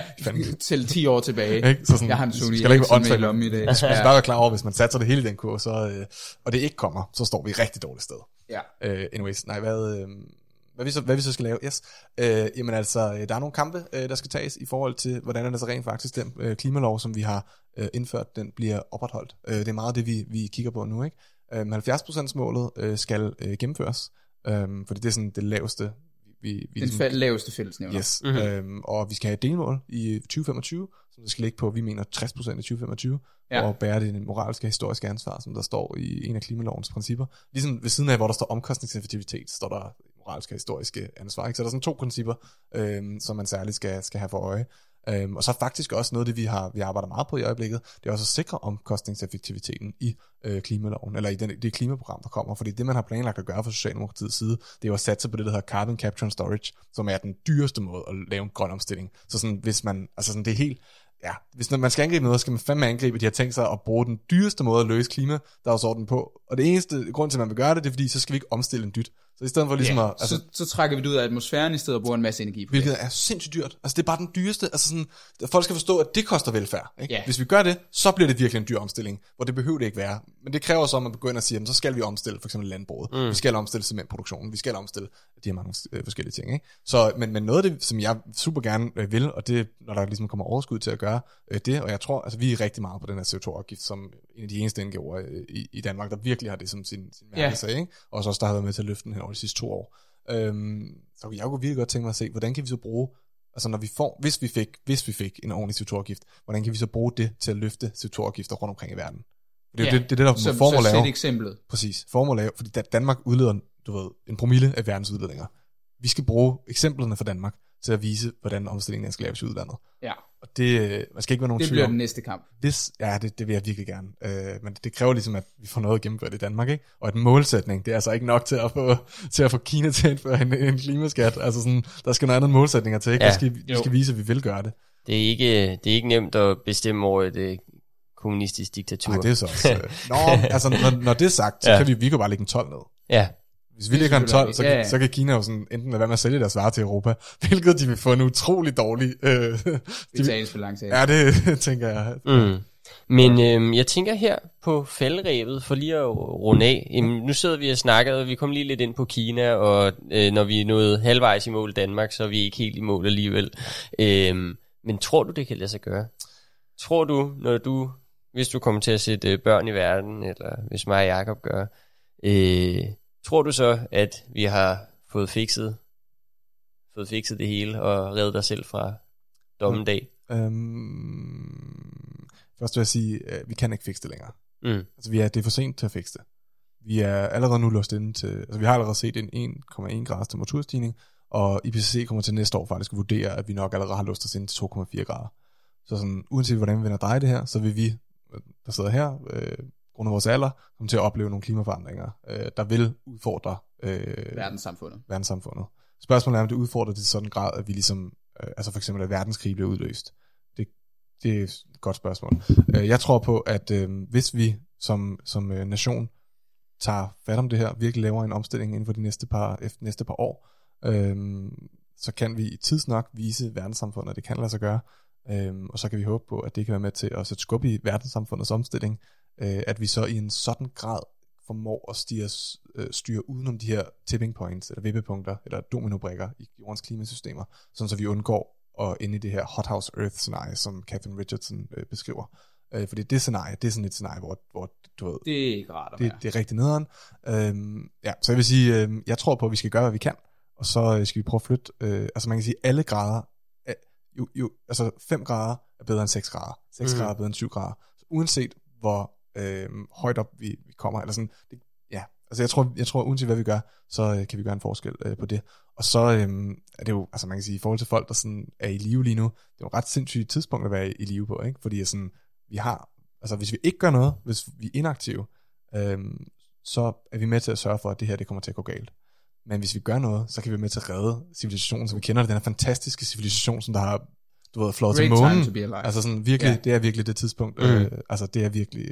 Til 10 år tilbage. Ikke? Så sådan, jeg har en Sony skal ikke være åndssvage i dag. Man skal bare være klar over, hvis man satser det hele i den kurve, så, og det ikke kommer, så står vi rigtig dårligt sted. Ja. Anyways, hvad vi så skal lave? Yes. Jamen altså, der er nogle kampe, der skal tages i forhold til, hvordan er det så rent faktisk den klimalov, som vi har indført, den bliver opretholdt. Det er meget det, vi kigger på nu, ikke? 70%-målet skal gennemføres. Fordi det er sådan det laveste, den laveste fællesnævner. Yes. Og vi skal have et delmål i 2025, som der skal ligge på, vi mener 60% i 2025, og bære det moralske og historiske ansvar, som der står i en af klimalovens principper. Ligesom ved siden af, hvor der står omkostningseffektivitet, står der moralske og historiske ansvar. Ikke? Så der er sådan 2 principper, som man særligt skal have for øje. Og så faktisk også noget af det, vi arbejder meget på i øjeblikket, det er også at sikre omkostningseffektiviteten i klimaloven, eller i det klimaprogram, der kommer. Fordi det, man har planlagt at gøre fra Socialdemokratiets side, det er jo at satse på det, der hedder Carbon Capture and Storage, som er den dyreste måde at lave en grøn omstilling. Så sådan, hvis man, altså sådan, det er helt, hvis man skal angribe noget, skal man fandme angribe, de har tænkt sig at bruge den dyreste måde at løse klimadagsordenen på. Og det eneste grund til, at man vil gøre det, det er fordi, så skal vi ikke omstille en dyt. Så i stedet for ligesom at... Altså, så trækker vi det ud af atmosfæren i stedet og bruger en masse energi på hvilket er sindssygt dyrt. Altså det er bare den dyreste. Altså sådan, folk skal forstå, at det koster velfærd. Ikke? Yeah. Hvis vi gør det, så bliver det virkelig en dyr omstilling, hvor det behøver det ikke være. Men det kræver så, at man begynder at sige, så skal vi omstille for eksempel landbruget. Vi skal omstille cementproduktionen. Vi skal omstille de her mange forskellige ting. Ikke? Så, men noget af det, som jeg super gerne vil, og det når der ligesom kommer overskud til at gøre det, og jeg tror, altså vi er rigtig meget på den her CO2-afgift, som en af de eneste NGO'er i Danmark, der virkelig har det som sin mærkesag. Ikke? Og så også der har været med til at løfte den hen over de sidste 2 år. Så jeg kunne virkelig godt tænke mig at se, hvordan kan vi så bruge, altså når vi får, hvis vi fik en ordentlig CO2-afgift, hvordan kan vi så bruge det til at løfte CO2-afgifter rundt omkring i verden? Det er det der formål at lave. Eksemplet. Præcis, formål at lave, fordi Danmark udleder, en promille af verdens udledninger. Vi skal bruge eksemplerne fra Danmark til at vise, hvordan omstillingen skal laves i udlandet. Ja. Og det, man skal ikke være nogen tvivl om. Det bliver den næste kamp. Det vil jeg virkelig gerne. Men det kræver ligesom, at vi får noget gennemført i Danmark, ikke? Og en målsætning, det er altså ikke nok til at få Kina til at indføre en klimaskat. Altså sådan, der skal nogle andre målsætninger til, ikke? Ja. Vi skal vise, at vi vil gøre det. Det er ikke nemt at bestemme over et kommunistisk diktatur. Nej, det er så også. Altså, når det er sagt, så kan vi kan bare lægge en 12 ned. Ja. Hvis vi lægger en 12, så kan Kina jo sådan enten lade være med at sælge deres varer til Europa, hvilket de vil få en utrolig dårlig... betalingsbalance. Ja, det tænker jeg. Men jeg tænker her på faldrebet, for lige at runde af. Nu sidder vi og snakker, og vi kom lige lidt ind på Kina, og når vi er nået halvvejs i mål i Danmark, så er vi ikke helt i mål alligevel. Men tror du, det kan lade sig gøre? Tror du, hvis du kommer til at sætte børn i verden, eller hvis mig og Jacob gør... tror du så, at vi har fået fikset det hele og reddet dig selv fra dommedag? Først vil jeg sige, at vi kan ikke fikse det længere. Altså det er for sent til at fikse det. Vi er allerede nu låst inde til, altså vi har allerede set en 1,1 graders temperaturstigning, og IPCC kommer til næste år faktisk at vurdere, at vi nok allerede har låst os ind til 2,4 grader. Så sådan, uanset hvordan vi vender dreje det her, så vil vi, der sidder her, grund af vores alder, kommer til at opleve nogle klimaforandringer, der vil udfordre verdenssamfundet. Spørgsmålet er, om det udfordrer det i sådan en grad, at vi ligesom, altså for eksempel, at verdenskrig bliver udløst. Det er et godt spørgsmål. Jeg tror på, at hvis vi som nation tager fat om det her, virkelig laver en omstilling inden for de næste par år, så kan vi tidsnok vise verdenssamfundet, at det kan lade sig gøre, og så kan vi håbe på, at det kan være med til at sætte skub i verdenssamfundets omstilling, at vi så i en sådan grad formår at styre udenom de her tipping points, eller vippepunkter, eller dominobrikker i jordens klimasystemer, sådan så vi undgår at ende i det her hothouse earth-scenarie, som Catherine Richardson beskriver. Fordi det scenarie, det er sådan et scenarie, hvor du ved... Det er ikke rart at være. Det er rigtig nederen. Så jeg vil sige, jeg tror på, at vi skal gøre, hvad vi kan, og så skal vi prøve at flytte, altså man kan sige, alle grader, altså 5 grader er bedre end 6 grader, 6 grader er bedre end 7 grader, så uanset hvor højt op vi kommer, eller sådan, altså jeg tror uanset hvad vi gør, så kan vi gøre en forskel på det. Og så er det jo, altså man kan sige, i forhold til folk, der sådan er i live lige nu, det er jo et ret sindssygt tidspunkt at være i live på, ikke? Fordi sådan, vi har, altså hvis vi ikke gør noget, hvis vi er inaktive, så er vi med til at sørge for, at det her, det kommer til at gå galt. Men hvis vi gør noget, så kan vi være med til at redde civilisationen, som vi kender det, den her fantastiske civilisation, som der har, du ved, flået til månen. Altså sådan virkelig, det er virkelig det tidspunkt, altså det er virkelig,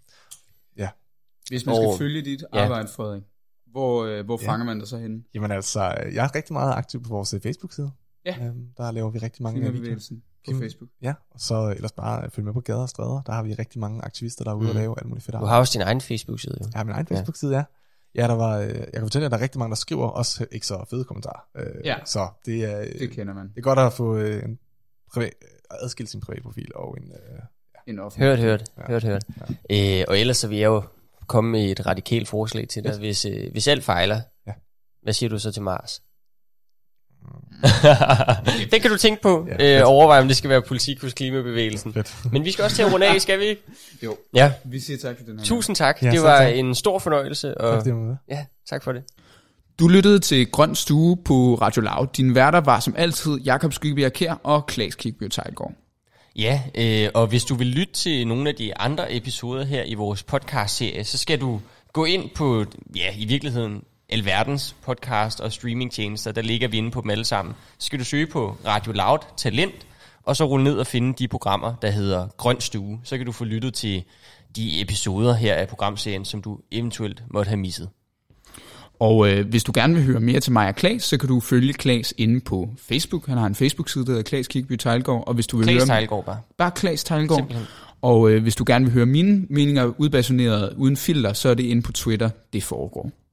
Hvis man skal følge dit arbejde, Frederik, hvor fanger man dig så henne? Jamen altså, jeg er rigtig meget aktiv på vores Facebook-side. Ja. Der laver vi rigtig mange videoer på Facebook. Ja, og så ellers bare følge med på gader og stræder. Der har vi rigtig mange aktivister, der er ude og lave alt muligt fedt. Du har også din egen Facebook-side, jo. Jeg har min egen Facebook-side, ja. Ja, jeg kan fortælle, at der er rigtig mange, der skriver også ikke så fede kommentarer. Så det kender man. Det er godt at få adskilt sin private profil og en offentlig. Hørt. Ja. Og ellers så vil jeg jo komme med et radikalt forslag til dig, hvis alt fejler, hvad siger du så til Mars? Det kan du tænke på. Ja, overveje, om det skal være politik hos klimabevægelsen. Men vi skal også til at runde af, skal vi ikke? Jo. Ja. Vi siger tak for den her. Tusind tak. Ja, det så var tak. en stor fornøjelse. Og Tak, det var med. ja, tak for det. Du lyttede til Grøn Stue på Radio Loud. Dine værter var som altid Jakob Skyggebjerg Kjær og Claes Kirkeby Teilgaard. Ja, og hvis du vil lytte til nogle af de andre episoder her i vores podcast-serie, så skal du gå ind på, ja, i virkeligheden, alverdens podcast og streamingtjenester. Der ligger vi inde på dem alle sammen. Så skal du søge på Radio Loud Talent, og så rulle ned og finde de programmer, der hedder Grøn Stue. Så kan du få lyttet til de episoder her af programserien, som du eventuelt måtte have misset. Og hvis du gerne vil høre mere til mig og Claes, så kan du følge Claes inde på Facebook. Han har en Facebook-side, der hedder Claes Kirkeby Teilgaard. Og hvis du vil Claes høre Teilgaard bare. Bare Claes Teilgaard. Simpelthen. Og hvis du gerne vil høre mine meninger udbasuneret uden filter, så er det inde på Twitter, det foregår.